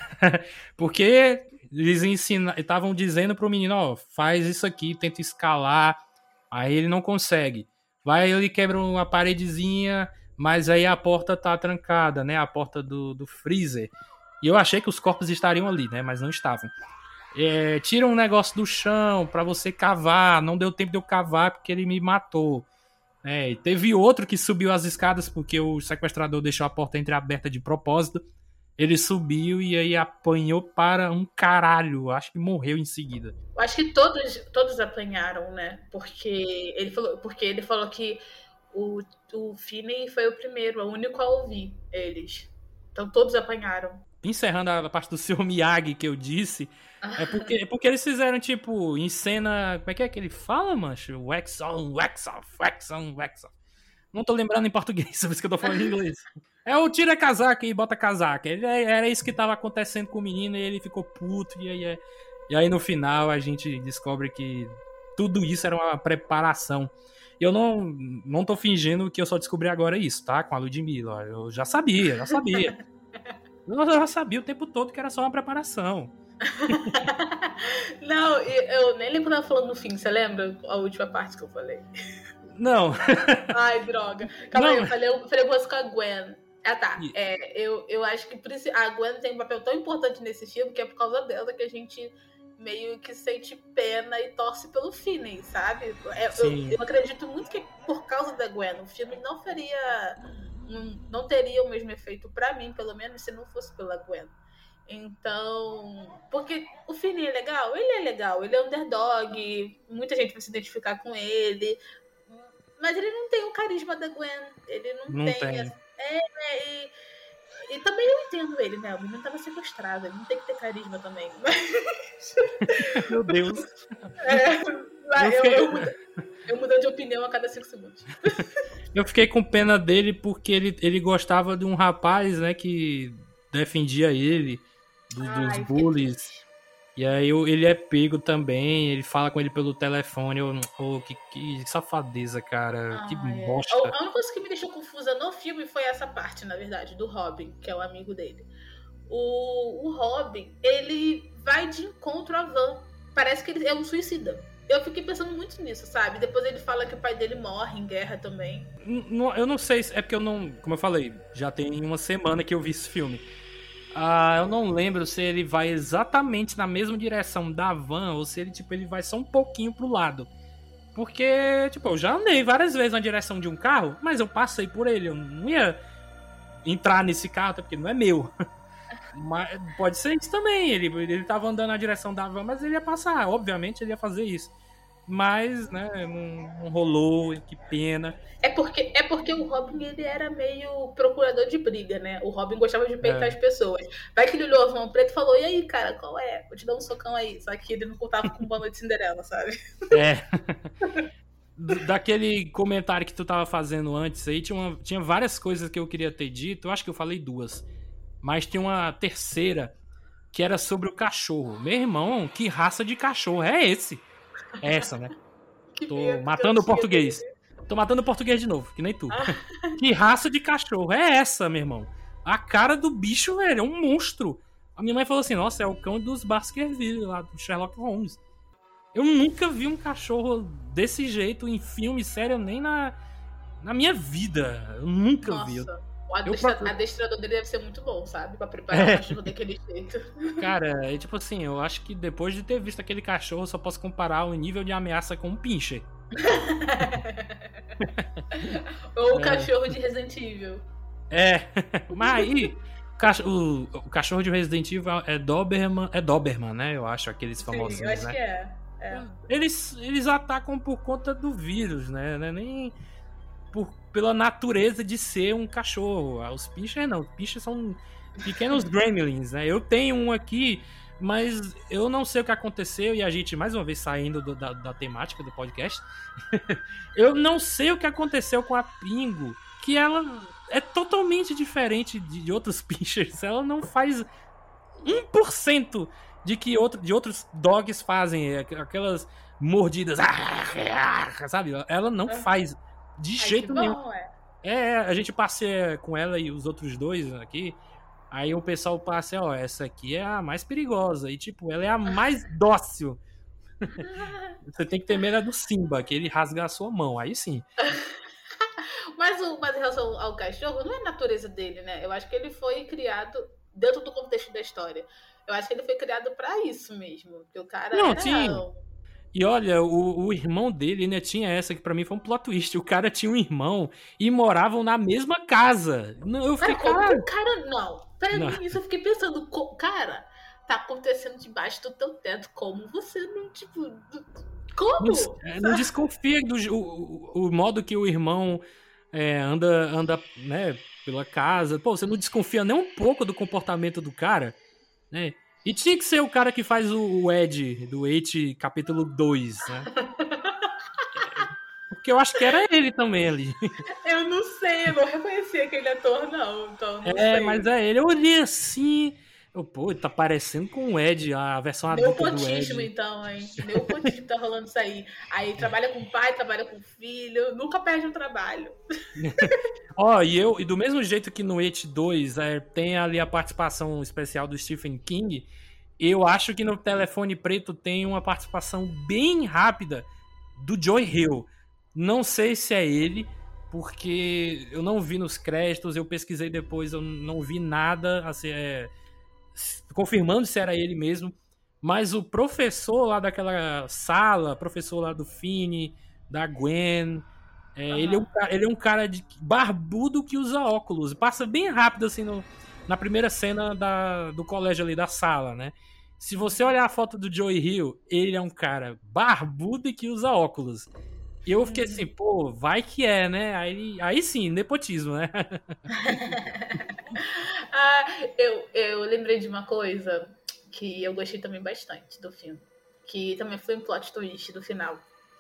Porque eles estavam dizendo pro menino, ó, faz isso aqui, tenta escalar, aí ele não consegue. Vai, ele quebra uma paredezinha... mas aí a porta tá trancada, né? A porta do, do freezer. E eu achei que os corpos estariam ali, né? Mas não estavam. É, tira um negócio do chão pra você cavar. Não deu tempo de eu cavar porque ele me matou. É, e teve outro que subiu as escadas porque o sequestrador deixou a porta entreaberta de propósito. Ele subiu e aí apanhou para um caralho. Acho que morreu em seguida. Eu acho que todos, todos apanharam, né? Porque ele falou, porque ele falou que O, o Finney foi o primeiro, o único a ouvir eles. Então todos apanharam. Encerrando a parte do senhor Miyagi que eu disse, é porque, é porque eles fizeram, tipo, em cena... Como é que é que ele fala, mancho? Wax on, wax off, wax on, wax off. Não tô lembrando em português, por isso que eu tô falando em inglês. É o tira casaca e bota casaca. Ele, era isso que tava acontecendo com o menino e ele ficou puto. E aí, e aí no final a gente descobre que tudo isso era uma preparação. Eu não, não tô fingindo que eu só descobri agora isso, tá? Com a Ludmilla. Eu já sabia, já sabia. Eu já sabia o tempo todo que era só uma preparação. Não, eu nem lembro que eu tava falando no fim. Você lembra a última parte que eu falei? Não. Ai, droga. Calma Não. aí, eu falei, eu falei alguma coisa com a Gwen. Ah, tá. É, eu, eu acho que a Gwen tem um papel tão importante nesse filme que é por causa dela que a gente... meio que sente pena e torce pelo Finney, sabe? Eu, eu acredito muito que por causa da Gwen, o filme não faria... Não, não teria o mesmo efeito pra mim, pelo menos, se não fosse pela Gwen. Então... Porque o Finney é legal? Ele é legal. Ele é underdog. Muita gente vai se identificar com ele. Mas ele não tem o carisma da Gwen. Ele não, não tem... tem. Essa, É, e, e também eu entendo ele, né? O menino tava sequestrado, ele não tem que ter carisma também. Mas... Meu Deus. É, Eu eu, fiquei- eu, mudo, eu mudo de opinião a cada cinco segundos. Eu fiquei com pena dele porque ele, ele gostava de um rapaz, né, que defendia ele do- Ai, dos fiquei bullies. triste. E aí eu- ele é pego também, ele fala com ele pelo telefone. Eu, oh, que, que safadeza, cara. Que Ai, é. bosta. A a única coisa que me deixou confusa no filme foi essa parte, na verdade, do Robin, que é o amigo dele. O, o Robin, ele vai de encontro à Van. Parece que ele é um suicida. Eu fiquei pensando muito nisso, sabe? Depois ele fala que o pai dele morre em guerra também. N- não- Eu não sei, se- é porque eu não. Como eu falei, já tem uma semana que eu vi esse filme. Ah, eu não lembro se ele vai exatamente na mesma direção da van ou se ele, tipo, ele vai só um pouquinho pro lado. Porque, tipo, eu já andei várias vezes na direção de um carro, mas eu passei por ele. Eu não ia entrar nesse carro, até porque não é meu. Mas pode ser isso também. Ele, ele tava andando na direção da van, mas ele ia passar. Obviamente ele ia fazer isso. Mas, né, não, não rolou, que pena. É porque, é porque o Robin, ele era meio procurador de briga, né? O Robin gostava de peitar É. as pessoas. Vai que ele olhou a Van Preto e falou, e aí, cara, qual é? Vou te dar um socão aí. Só que ele não contava com Boa Noite Cinderela, sabe? É. Daquele comentário que tu tava fazendo antes aí, tinha, uma- tinha várias coisas que eu queria ter dito. Eu acho que eu falei duas. Mas tem uma terceira que era sobre o cachorro. Meu irmão, que raça de cachorro é esse? É essa, né? Que Tô medo que matando eu o tinha português. dele. Tô matando o português de novo, que nem tu. Que raça de cachorro é essa, meu irmão? A cara do bicho, velho, é um monstro. A minha mãe falou assim, nossa, é o cão dos Baskerville, lá do Sherlock Holmes. Eu nunca vi um cachorro desse jeito em filme, sério, nem na, na minha vida. Eu nunca vi. Eu- Nossa, o adestra- procuro- adestrador dele deve ser muito bom, sabe? Pra preparar É. o cachorro daquele jeito. Cara, é tipo assim, eu acho que depois de ter visto aquele cachorro, eu só posso comparar o nível de ameaça com um pincher. Ou o É. cachorro de Resident Evil. É, mas aí, o, cacho- o- o cachorro de Resident Evil é Doberman, é Doberman, né? Eu acho, aqueles Sim, famosinhos, eu acho né? que é. é. Eles, eles atacam por conta do vírus, né? Não é nem por, pela natureza de ser um cachorro. Os pinchers não, os pinchers são pequenos gremlins, né? Eu tenho um aqui, mas eu não sei o que aconteceu, e a gente, mais uma vez, saindo do- da, da temática do podcast, eu não sei o que aconteceu com a Pingo, que ela é totalmente diferente de, de outros pinchers. Ela não faz um por cento de que outro, de outros dogs fazem, aqu- aquelas mordidas, sabe? Ela não faz de Ai, jeito que nenhum. bom, é. É, a gente passeia com ela e os outros dois aqui. Aí o pessoal passa, ó, essa aqui é a mais perigosa. E, tipo, ela é a mais dócil. Você tem que ter medo do Simba, que ele rasga a sua mão. Aí sim. Mas, o, mas em relação ao cachorro, não é a natureza dele, né? Eu acho que ele foi criado dentro do contexto da história. Eu acho que ele foi criado pra isso mesmo. Porque o cara Não, era... sim. E olha, o, o irmão dele ainda tinha essa, que pra mim foi um plot twist. O cara tinha um irmão e moravam na mesma casa. Não, eu fiquei, Cara, como cara... que o cara não? Pra Não. mim, isso eu fiquei pensando, co- cara, tá acontecendo debaixo do teu teto. Como você não, tipo. Como? Não, é, não desconfia do o, o, o modo que o irmão é, anda, anda né, pela casa. Pô, você não desconfia nem um pouco do comportamento do cara, né? E tinha que ser o cara que faz o, o Ed do It capítulo dois, né? Porque eu acho que era ele também ali. Eu não sei, eu não reconheci aquele ator, não. Então, não É, sei. mas é ele. Eu olhei assim. Eu, pô, tá parecendo com o Ed, a versão adulta do Neopotismo, Ed. então, hein? Neopotismo tá rolando isso aí. Aí trabalha com o pai, trabalha com o filho, nunca perde um trabalho. Ó, e eu, e do mesmo jeito que no It dois é, tem ali a participação especial do Stephen King, eu acho que no Telefone Preto tem uma participação bem rápida do Joy Hill. Não sei se é ele, porque eu não vi nos créditos, eu pesquisei depois, eu não vi nada assim, é, confirmando se era ele mesmo. Mas o professor lá daquela sala, professor lá do Finn, da Gwen, é, Aham. ele, é um, ca- ele é um cara de barbudo que usa óculos. Passa bem rápido assim no- na primeira cena da, do colégio ali, da sala, né? Se você olhar a foto do Joey Hill, ele é um cara barbudo e que usa óculos. E eu fiquei assim, pô, vai que é, né? Aí, aí sim, nepotismo, né? ah, eu, eu lembrei de uma coisa que eu gostei também bastante do filme. Que também foi um plot twist do final.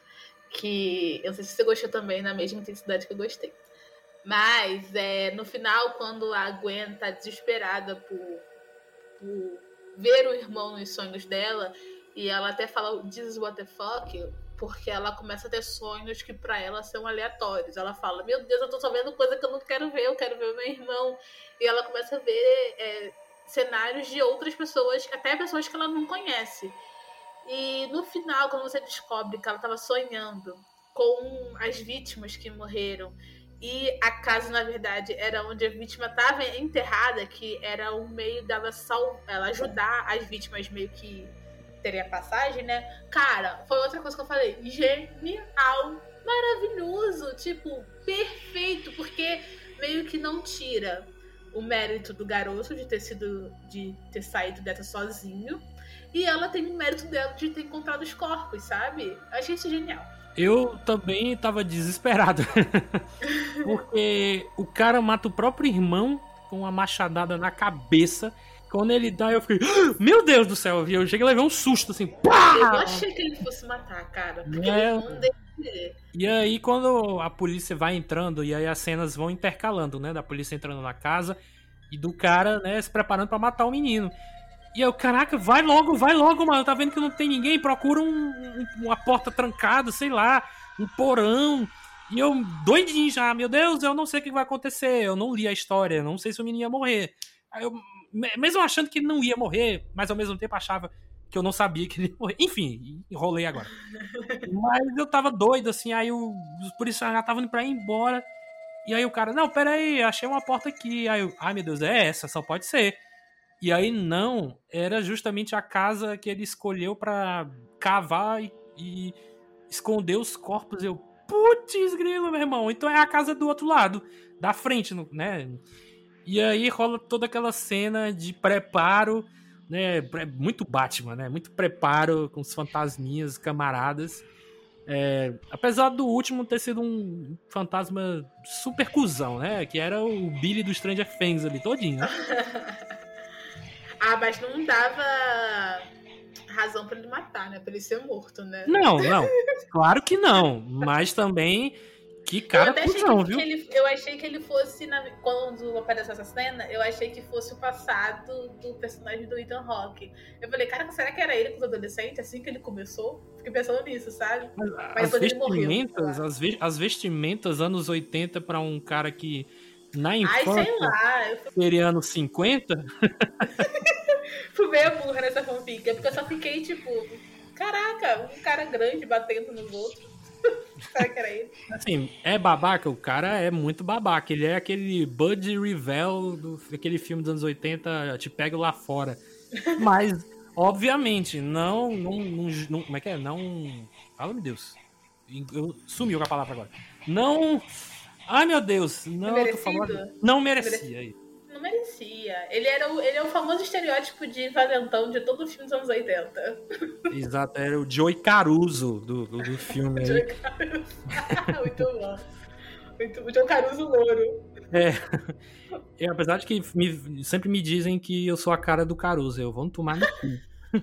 Que eu não sei se você gostou também na mesma intensidade que eu gostei. Mas é, no final, quando a Gwen tá desesperada por, por ver o irmão nos sonhos dela, e ela até fala this is what the fuck, porque ela começa a ter sonhos que pra ela são aleatórios. Ela fala, meu Deus, eu tô só vendo coisa que eu não quero ver, eu quero ver o meu irmão. E ela começa a ver é, cenários de outras pessoas, até pessoas que ela não conhece. E no final, quando você descobre que ela estava sonhando com as vítimas que morreram, e a casa, na verdade, era onde a vítima estava enterrada, que era um meio dela sal... ela ajudar as vítimas meio que terem a passagem, né? Cara, foi outra coisa que eu falei. Genial, maravilhoso, tipo, perfeito, porque meio que não tira o mérito do garoto de ter sido, de ter saído dessa sozinho. E ela tem o mérito dela de ter encontrado os corpos, sabe? Eu achei isso genial. Eu também tava desesperado. Porque o cara mata o próprio irmão com uma machadada na cabeça. Quando ele dá, eu fiquei... Meu Deus do céu! Eu cheguei a levar um susto, assim... Pá! Eu achei que ele fosse matar, cara. Porque é... ele não dele. E aí, quando a polícia vai entrando, e aí as cenas vão intercalando, né? Da polícia entrando na casa e do cara, né, se preparando pra matar o menino. E eu, caraca, vai logo, vai logo, mano. Tá vendo que não tem ninguém? Procura um, um, uma porta trancada, sei lá, um porão. E eu, doidinho já, meu Deus, eu não sei o que vai acontecer. Eu não li a história, não sei se o menino ia morrer. Aí eu, mesmo achando que ele não ia morrer, mas ao mesmo tempo achava que eu não sabia que ele ia morrer. Enfim, enrolei agora. Mas eu tava doido, assim, aí o, os policiais já estavam indo pra ir embora. E aí o cara, não, pera aí, achei uma porta aqui. Aí eu, ai meu Deus, é essa, só pode ser. E aí não, era justamente a casa que ele escolheu pra cavar e, e esconder os corpos. Eu, putz grilo, meu irmão, então é a casa do outro lado, da frente, né? E aí rola toda aquela cena de preparo, né? Muito Batman, né? Muito preparo com os fantasminhas, camaradas. É, apesar do último ter sido um fantasma super cuzão, né? Que era o Billy do Stranger Things ali, todinho, né? Ah, mas não dava razão pra ele matar, né? Pra ele ser morto, né? Não, não. Claro que não. Mas também, que cara eu até achei cuzão, que, viu? que ele, eu achei que ele fosse, na, quando apareceu essa cena, eu achei que fosse o passado do personagem do Ethan Hawke. Eu falei, cara, será que era ele com os adolescentes, assim que ele começou? Fiquei pensando nisso, sabe? Mas, Mas as vestimentas, morreu, as, ve- as vestimentas anos oitenta pra um cara que na infância Ai, sei lá. Eu fui, seria anos cinquenta... fui meio burra nessa fanfic, porque eu só fiquei tipo, caraca, um cara grande batendo nos outros. Será que era ele? Assim, é babaca, o cara é muito babaca. Ele é aquele Bud Revell do, daquele filme dos anos oitenta, Te Pego Lá Fora. Mas, obviamente, não, não, não, não... Como é que é? Não... Fala, meu Deus. Eu sumiu com a palavra agora. Não... Ai, meu Deus. Não, tô falando... não merecia. Merecido. Não merecia. Ele, era o, ele é o famoso estereótipo de valentão de todo o filme dos anos oitenta. Exato, era o Joey Caruso do, do, do filme aí. Joey Caruso. Muito bom. Muito, o Joey Caruso louro. É. é. Apesar de que me, sempre me dizem que eu sou a cara do Caruso. Eu vou tomar no cu.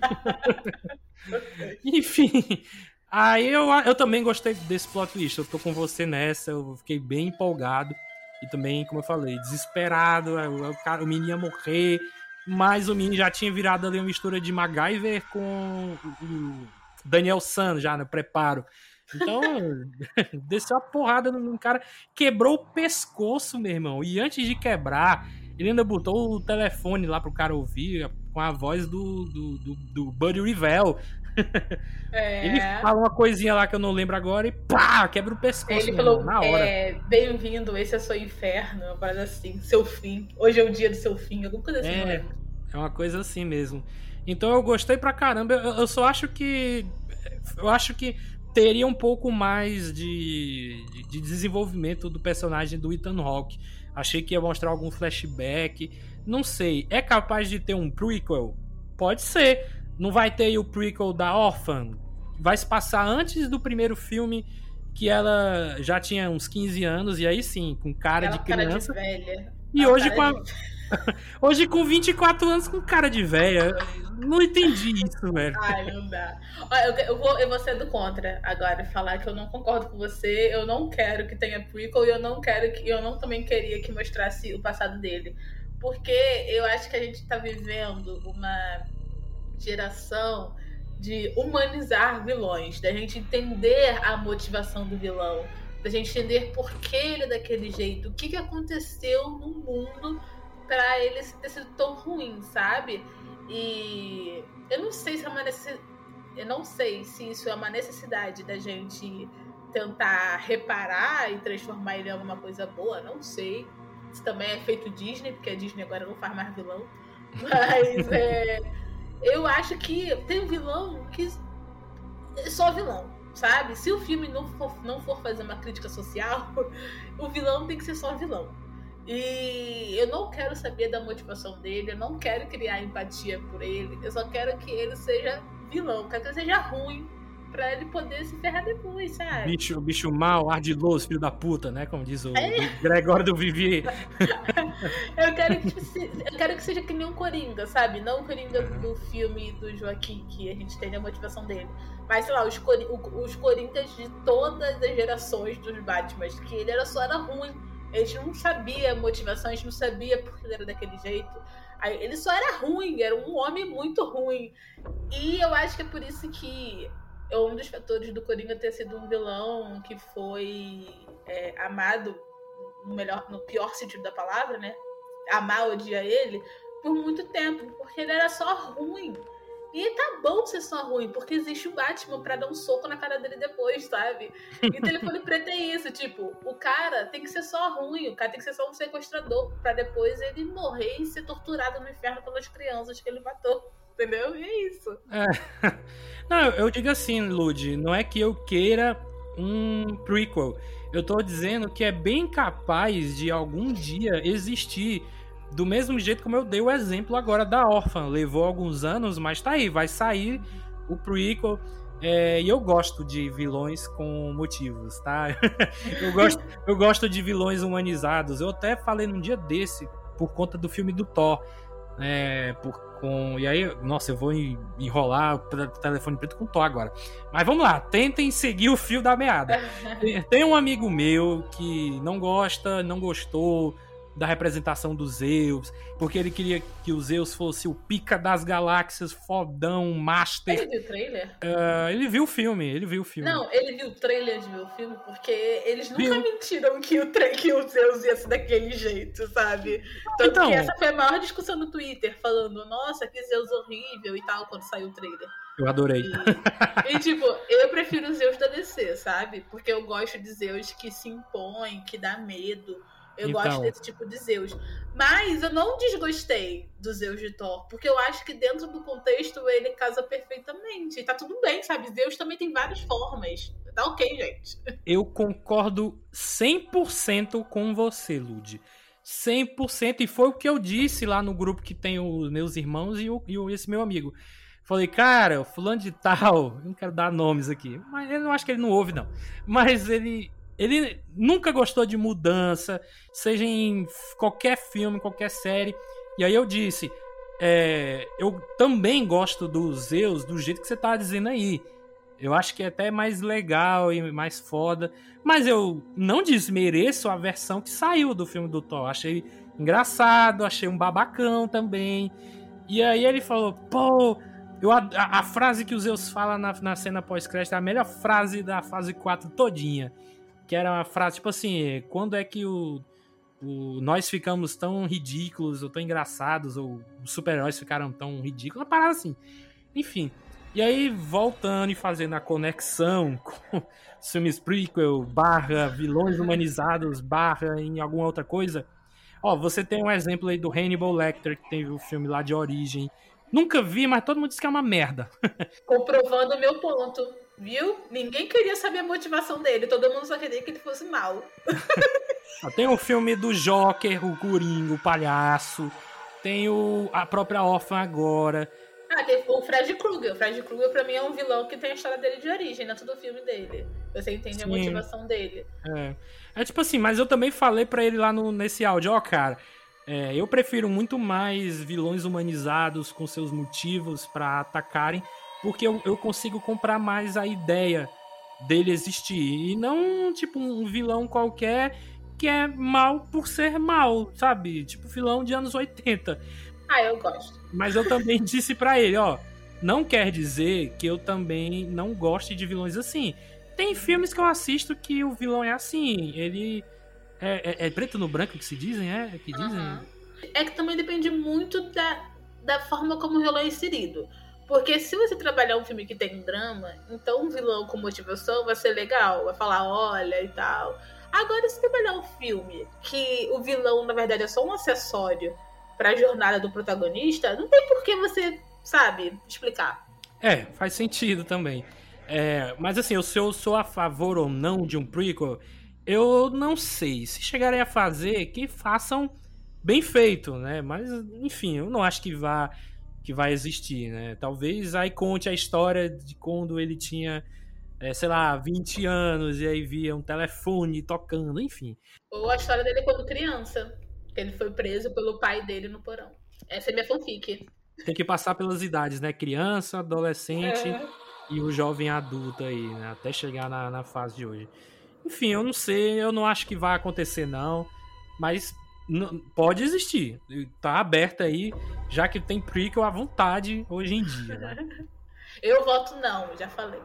Enfim. Aí eu, eu também gostei desse plot twist. Eu tô com você nessa. Eu fiquei bem empolgado. E também, como eu falei, desesperado. O, o, o menino ia morrer. Mas o menino já tinha virado ali uma mistura de MacGyver com o Daniel San já no preparo. Então, desceu a porrada no cara. Quebrou o pescoço, meu irmão. E antes de quebrar, ele ainda botou o telefone lá pro cara ouvir com a voz do, do, do, do Buddy Revell. É. Ele fala uma coisinha lá que eu não lembro agra e pá, quebra o pescoço. Ele falou, irmão, na hora. É, bem-vindo, esse é o seu inferno, uma parada assim, seu fim. Hoje é o dia do seu fim, alguma coisa assim. É, é uma coisa assim mesmo. Então eu gostei pra caramba. Eu, eu só acho que eu acho que teria um pouco mais de, de, de desenvolvimento do personagem do Ethan Hawke. Achei que ia mostrar algum flashback. Não sei. É capaz de ter um prequel? Pode ser. Não vai ter o prequel da Orphan? Vai se passar antes do primeiro filme que ela já tinha uns quinze anos, e aí sim, com cara Ela de criança. Cara de velha. E Ela hoje com a... de... hoje com vinte e quatro anos com cara de velha. Não entendi isso, velho. Ai, não dá. Olha, eu, eu, vou, eu vou ser do contra agora, falar que eu não concordo com você, eu não quero que tenha prequel e eu não quero que. Eu não também queria que mostrasse o passado dele. Porque eu acho que a gente tá vivendo uma geração de humanizar vilões, da gente entender a motivação do vilão, da gente entender por que ele é daquele jeito, o que, que aconteceu no mundo pra ele ter sido tão ruim, sabe? E eu não sei se é uma necessidade, eu não sei se isso é uma necessidade da gente tentar reparar e transformar ele em alguma coisa boa, não sei. Isso também é feito Disney, porque a Disney agora não faz mais vilão. Mas é, eu acho que tem um vilão que é só vilão, sabe? Se o filme não for, não for fazer uma crítica social, o vilão tem que ser só vilão. E eu não quero saber da motivação dele, eu não quero criar empatia por ele, eu só quero que ele seja vilão, quero que ele seja ruim pra ele poder se ferrar depois, sabe? Bicho, o bicho mal, ardiloso, filho da puta, né? Como diz o, é. o Gregório do Vivier. eu, quero que, tipo, eu quero que seja que nem um Coringa, sabe? Não o Coringa do filme do Joaquim, que a gente tem a motivação dele. Mas, sei lá, os, Cori- os Coringas de todas as gerações dos Batmans, que ele era só era ruim. A gente não sabia a motivação, a gente não sabia porque ele era daquele jeito. Aí, ele só era ruim, era um homem muito ruim. E eu acho que é por isso que é um dos fatores do Coringa ter sido um vilão que foi é, amado no, melhor, no pior sentido da palavra, né? Amar, odiar ele por muito tempo, porque ele era só ruim. E tá bom ser só ruim, porque existe o Batman pra dar um soco na cara dele depois, sabe? E Telefone Preto é isso, tipo, o cara tem que ser só ruim, o cara tem que ser só um sequestrador, pra depois ele morrer e ser torturado no inferno pelas crianças que ele matou, entendeu? E é isso. É. Não, eu digo assim, Lud, não é que eu queira um prequel, eu tô dizendo que é bem capaz de algum dia existir. Do mesmo jeito como eu dei o exemplo agora da Órfã. Levou alguns anos, mas tá aí, vai sair o prequel. É, e eu gosto de vilões com motivos, tá? eu, gosto, eu gosto de vilões humanizados. Eu até falei num dia desse, por conta do filme do Thor. É, por, com, e aí, nossa, eu vou enrolar o Telefone Preto com o Thor agora. Mas vamos lá, tentem seguir o fio da meada. Tem, tem um amigo meu que não gosta, não gostou da representação dos Zeus, porque ele queria que o Zeus fosse o pica das galáxias, fodão, master. Ele viu o trailer? Uh, ele viu o filme, ele viu o filme. Não, ele viu o trailer de ver o filme, porque eles nunca viu? mentiram que o, tra- que o Zeus ia ser daquele jeito, sabe? Tanto então, que essa foi a maior discussão no Twitter, falando, nossa, que Zeus horrível e tal, quando saiu o trailer. Eu adorei. E, e tipo, eu prefiro o Zeus da D C, sabe? Porque eu gosto de Zeus que se impõe, que dá medo. Eu então, gosto desse tipo de Zeus. Mas eu não desgostei do Zeus de Thor, porque eu acho que dentro do contexto ele casa perfeitamente. E tá tudo bem, sabe? Zeus também tem várias formas. Tá ok, gente. Eu concordo cem por cento com você, Lud. cem por cento. E foi o que eu disse lá no grupo que tem os meus irmãos e, o, e esse meu amigo. Falei, cara, o fulano de tal, eu não quero dar nomes aqui, mas eu não acho que ele não ouve, não. Mas ele... Ele nunca gostou de mudança, seja em qualquer filme, qualquer série. E aí eu disse, é, eu também gosto dos Zeus do jeito que você tá dizendo aí. Eu acho que é até mais legal e mais foda. Mas eu não desmereço a versão que saiu do filme do Thor. Achei engraçado, achei um babacão também. E aí ele falou, pô... Eu, a, a frase que o Zeus fala na, na cena pós-crédito é a melhor frase da fase quatro todinha. Que era uma frase, tipo assim, quando é que o, o, nós ficamos tão ridículos, ou tão engraçados, ou os super-heróis ficaram tão ridículos, uma parada assim. Enfim, e aí voltando e fazendo a conexão com os filmes prequel, barra vilões humanizados, barra em alguma outra coisa. Ó, você tem um exemplo aí do Hannibal Lecter, que teve o filme lá de Origem. Nunca vi, mas todo mundo diz que é uma merda. Comprovando o meu ponto. Viu? Ninguém queria saber a motivação dele. Todo mundo só queria que ele fosse mal. Tem o filme do Joker, o Coringa, o palhaço. Tem o, a própria Órfã agora. Ah, tem o Fred Krueger. O Fred Krueger, pra mim, é um vilão que tem a história dele de origem dentro do filme dele. Você entende Sim. a motivação dele. É. é tipo assim, mas eu também falei pra ele lá no, nesse áudio, ó, oh, cara, é, eu prefiro muito mais vilões humanizados com seus motivos pra atacarem, porque eu, eu consigo comprar mais a ideia dele existir. E não, tipo, um vilão qualquer que é mal por ser mal, sabe? Tipo, vilão de anos oitenta. Ah, eu gosto. Mas eu também disse pra ele, ó, não quer dizer que eu também não goste de vilões assim. Tem filmes que eu assisto que o vilão é assim, ele é, é, é preto no branco que se dizem, é? Que dizem? Uhum. É que também depende muito da, da forma como o vilão é inserido. Porque se você trabalhar um filme que tem drama, então um vilão com motivação vai ser legal, vai falar olha e tal. Agora, se trabalhar um filme que o vilão, na verdade, é só um acessório pra jornada do protagonista, não tem por que você, sabe, explicar. É, faz sentido também. É, mas assim, eu sou, sou a favor ou não de um prequel, eu não sei. Se chegarem a fazer, que façam bem feito, né? Mas, enfim, eu não acho que vá, que vai existir, né? Talvez aí conte a história de quando ele tinha, é, sei lá, vinte anos e aí via um telefone tocando, enfim. Ou a história dele quando criança, que ele foi preso pelo pai dele no porão. Essa é minha fanfic. Tem que passar pelas idades, né? Criança, adolescente é. e o jovem adulto aí, né? Até chegar na, na fase de hoje. Enfim, eu não sei, eu não acho que vai acontecer não, mas n- pode existir. Tá aberto aí, já que tem prequel à vontade hoje em dia, né? Eu voto não, já falei.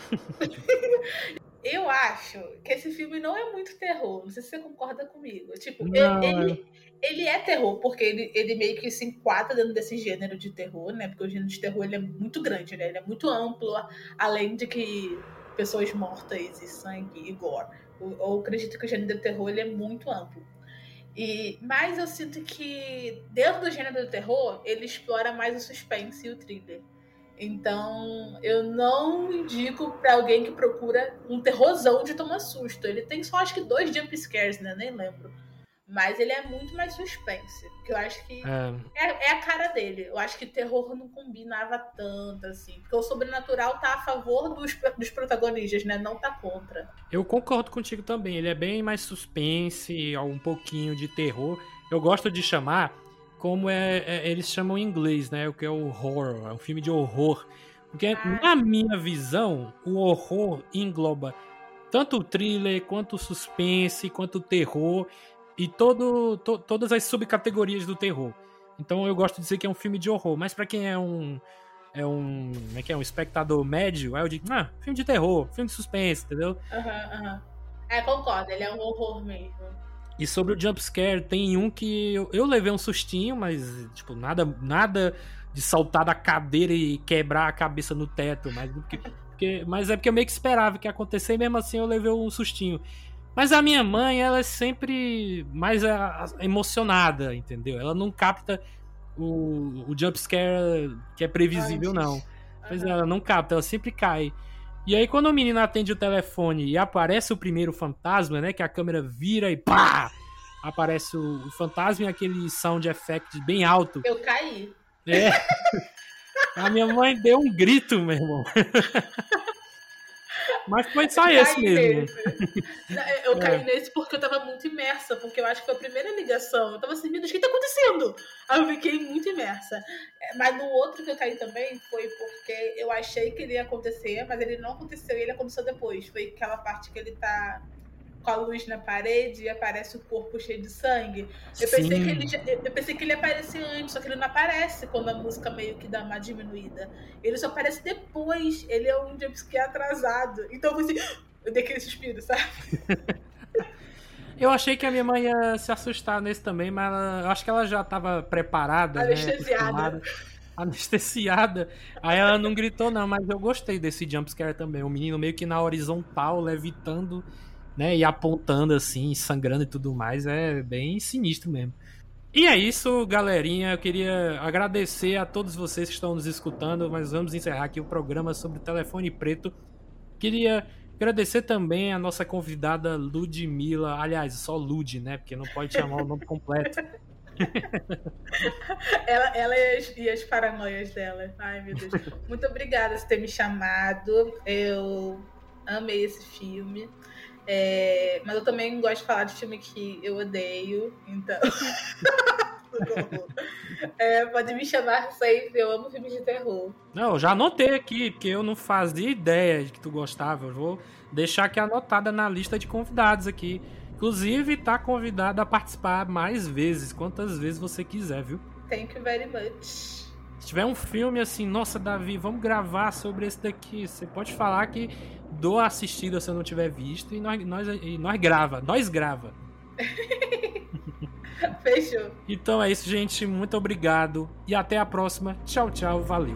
Eu acho que esse filme não é muito terror. Não sei se você concorda comigo. Tipo, não, ele, ele é terror, porque ele, ele meio que se enquadra dentro desse gênero de terror, né? Porque o gênero de terror ele é muito grande, né? Ele é muito amplo, além de que pessoas mortas e sangue e gore. Eu, eu acredito que o gênero de terror ele é muito amplo. E, mas eu sinto que dentro do gênero do terror, ele explora mais o suspense e o thriller. Então, eu não indico pra alguém que procura um terrorzão de tomar susto. Ele tem só, acho que, dois jump scares, né? Nem lembro. Mas ele é muito mais suspense. Porque eu acho que é. É, é a cara dele. Eu acho que terror não combinava tanto, assim. Porque o sobrenatural tá a favor dos, dos protagonistas, né? Não tá contra. Eu concordo contigo também. Ele é bem mais suspense, um pouquinho de terror. Eu gosto de chamar... como é, é, eles chamam em inglês, né? O que é o horror, é um filme de horror. Porque, ah. na minha visão, o horror engloba tanto o thriller, quanto o suspense, quanto o terror e todo, to, todas as subcategorias do terror. Então eu gosto de dizer que é um filme de horror, mas pra quem é um é um, como é que é, um espectador médio, aí eu digo, ah, filme de terror, filme de suspense, entendeu? Aham, uhum, aham. Uhum. É, concordo, ele é um horror mesmo. E sobre o jumpscare, tem um que eu, eu levei um sustinho, mas, tipo, nada, nada de saltar da cadeira e quebrar a cabeça no teto. Mas, porque, porque, mas é porque eu meio que esperava que ia acontecer e mesmo assim eu levei um sustinho. Mas a minha mãe, ela é sempre mais a, a, emocionada, entendeu? Ela não capta o, o jumpscare que é previsível, Antes. não. Pois uhum. Ela não capta, ela sempre cai. E aí quando o menino atende o telefone e aparece o primeiro fantasma, né, que a câmera vira e pá, aparece o, o fantasma e aquele sound effect bem alto. Eu caí. É. A minha mãe deu um grito, meu irmão. Mas foi só eu esse mesmo. Nesse. Eu caí é. nesse porque eu tava muito imersa, porque eu acho que foi a primeira ligação. Eu tava assim, meu Deus, o que tá acontecendo? Aí eu fiquei muito imersa. Mas no outro que eu caí também foi porque eu achei que ele ia acontecer, mas ele não aconteceu e ele aconteceu depois. Foi aquela parte que ele tá com a luz na parede e aparece o corpo cheio de sangue. Eu pensei, que ele, eu pensei que ele ia aparecer antes, só que ele não aparece quando a música meio que dá uma diminuída. Ele só aparece depois. Ele é um jumpscare atrasado. Então eu, assim, eu dei aquele suspiro, sabe? Eu achei que a minha mãe ia se assustar nesse também, mas ela, eu acho que ela já estava preparada, anestesiada. Né, anestesiada. Aí ela não gritou não, mas eu gostei desse jumpscare também. O menino meio que na horizontal, levitando, né, e apontando assim, sangrando e tudo mais, é bem sinistro mesmo. E é isso, galerinha, eu queria agradecer a todos vocês que estão nos escutando, mas vamos encerrar aqui o programa sobre o telefone preto. Queria agradecer também a nossa convidada Ludmilla, aliás, só Lud, né, porque não pode chamar o nome completo. ela, ela e, as, e as paranoias dela. Ai, meu Deus. Muito obrigada por ter me chamado. Eu amei esse filme. É, mas eu também gosto de falar de filme que eu odeio. Então. É, pode me chamar sempre. Eu amo filmes de terror. Não, eu já anotei aqui, porque eu não fazia ideia de que tu gostava. Eu vou deixar aqui anotada na lista de convidados aqui. Inclusive, tá convidado a participar mais vezes, quantas vezes você quiser, viu? Thank you very much. Se tiver um filme assim, nossa, Davi, vamos gravar sobre esse daqui, você pode falar que dou a assistida se eu não tiver visto e nós, nós, e nós grava, nós grava. Fechou. Então é isso, gente. Muito obrigado e até a próxima. Tchau, tchau. Valeu.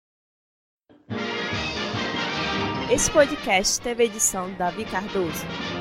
Esse podcast teve edição de Davi Cardoso.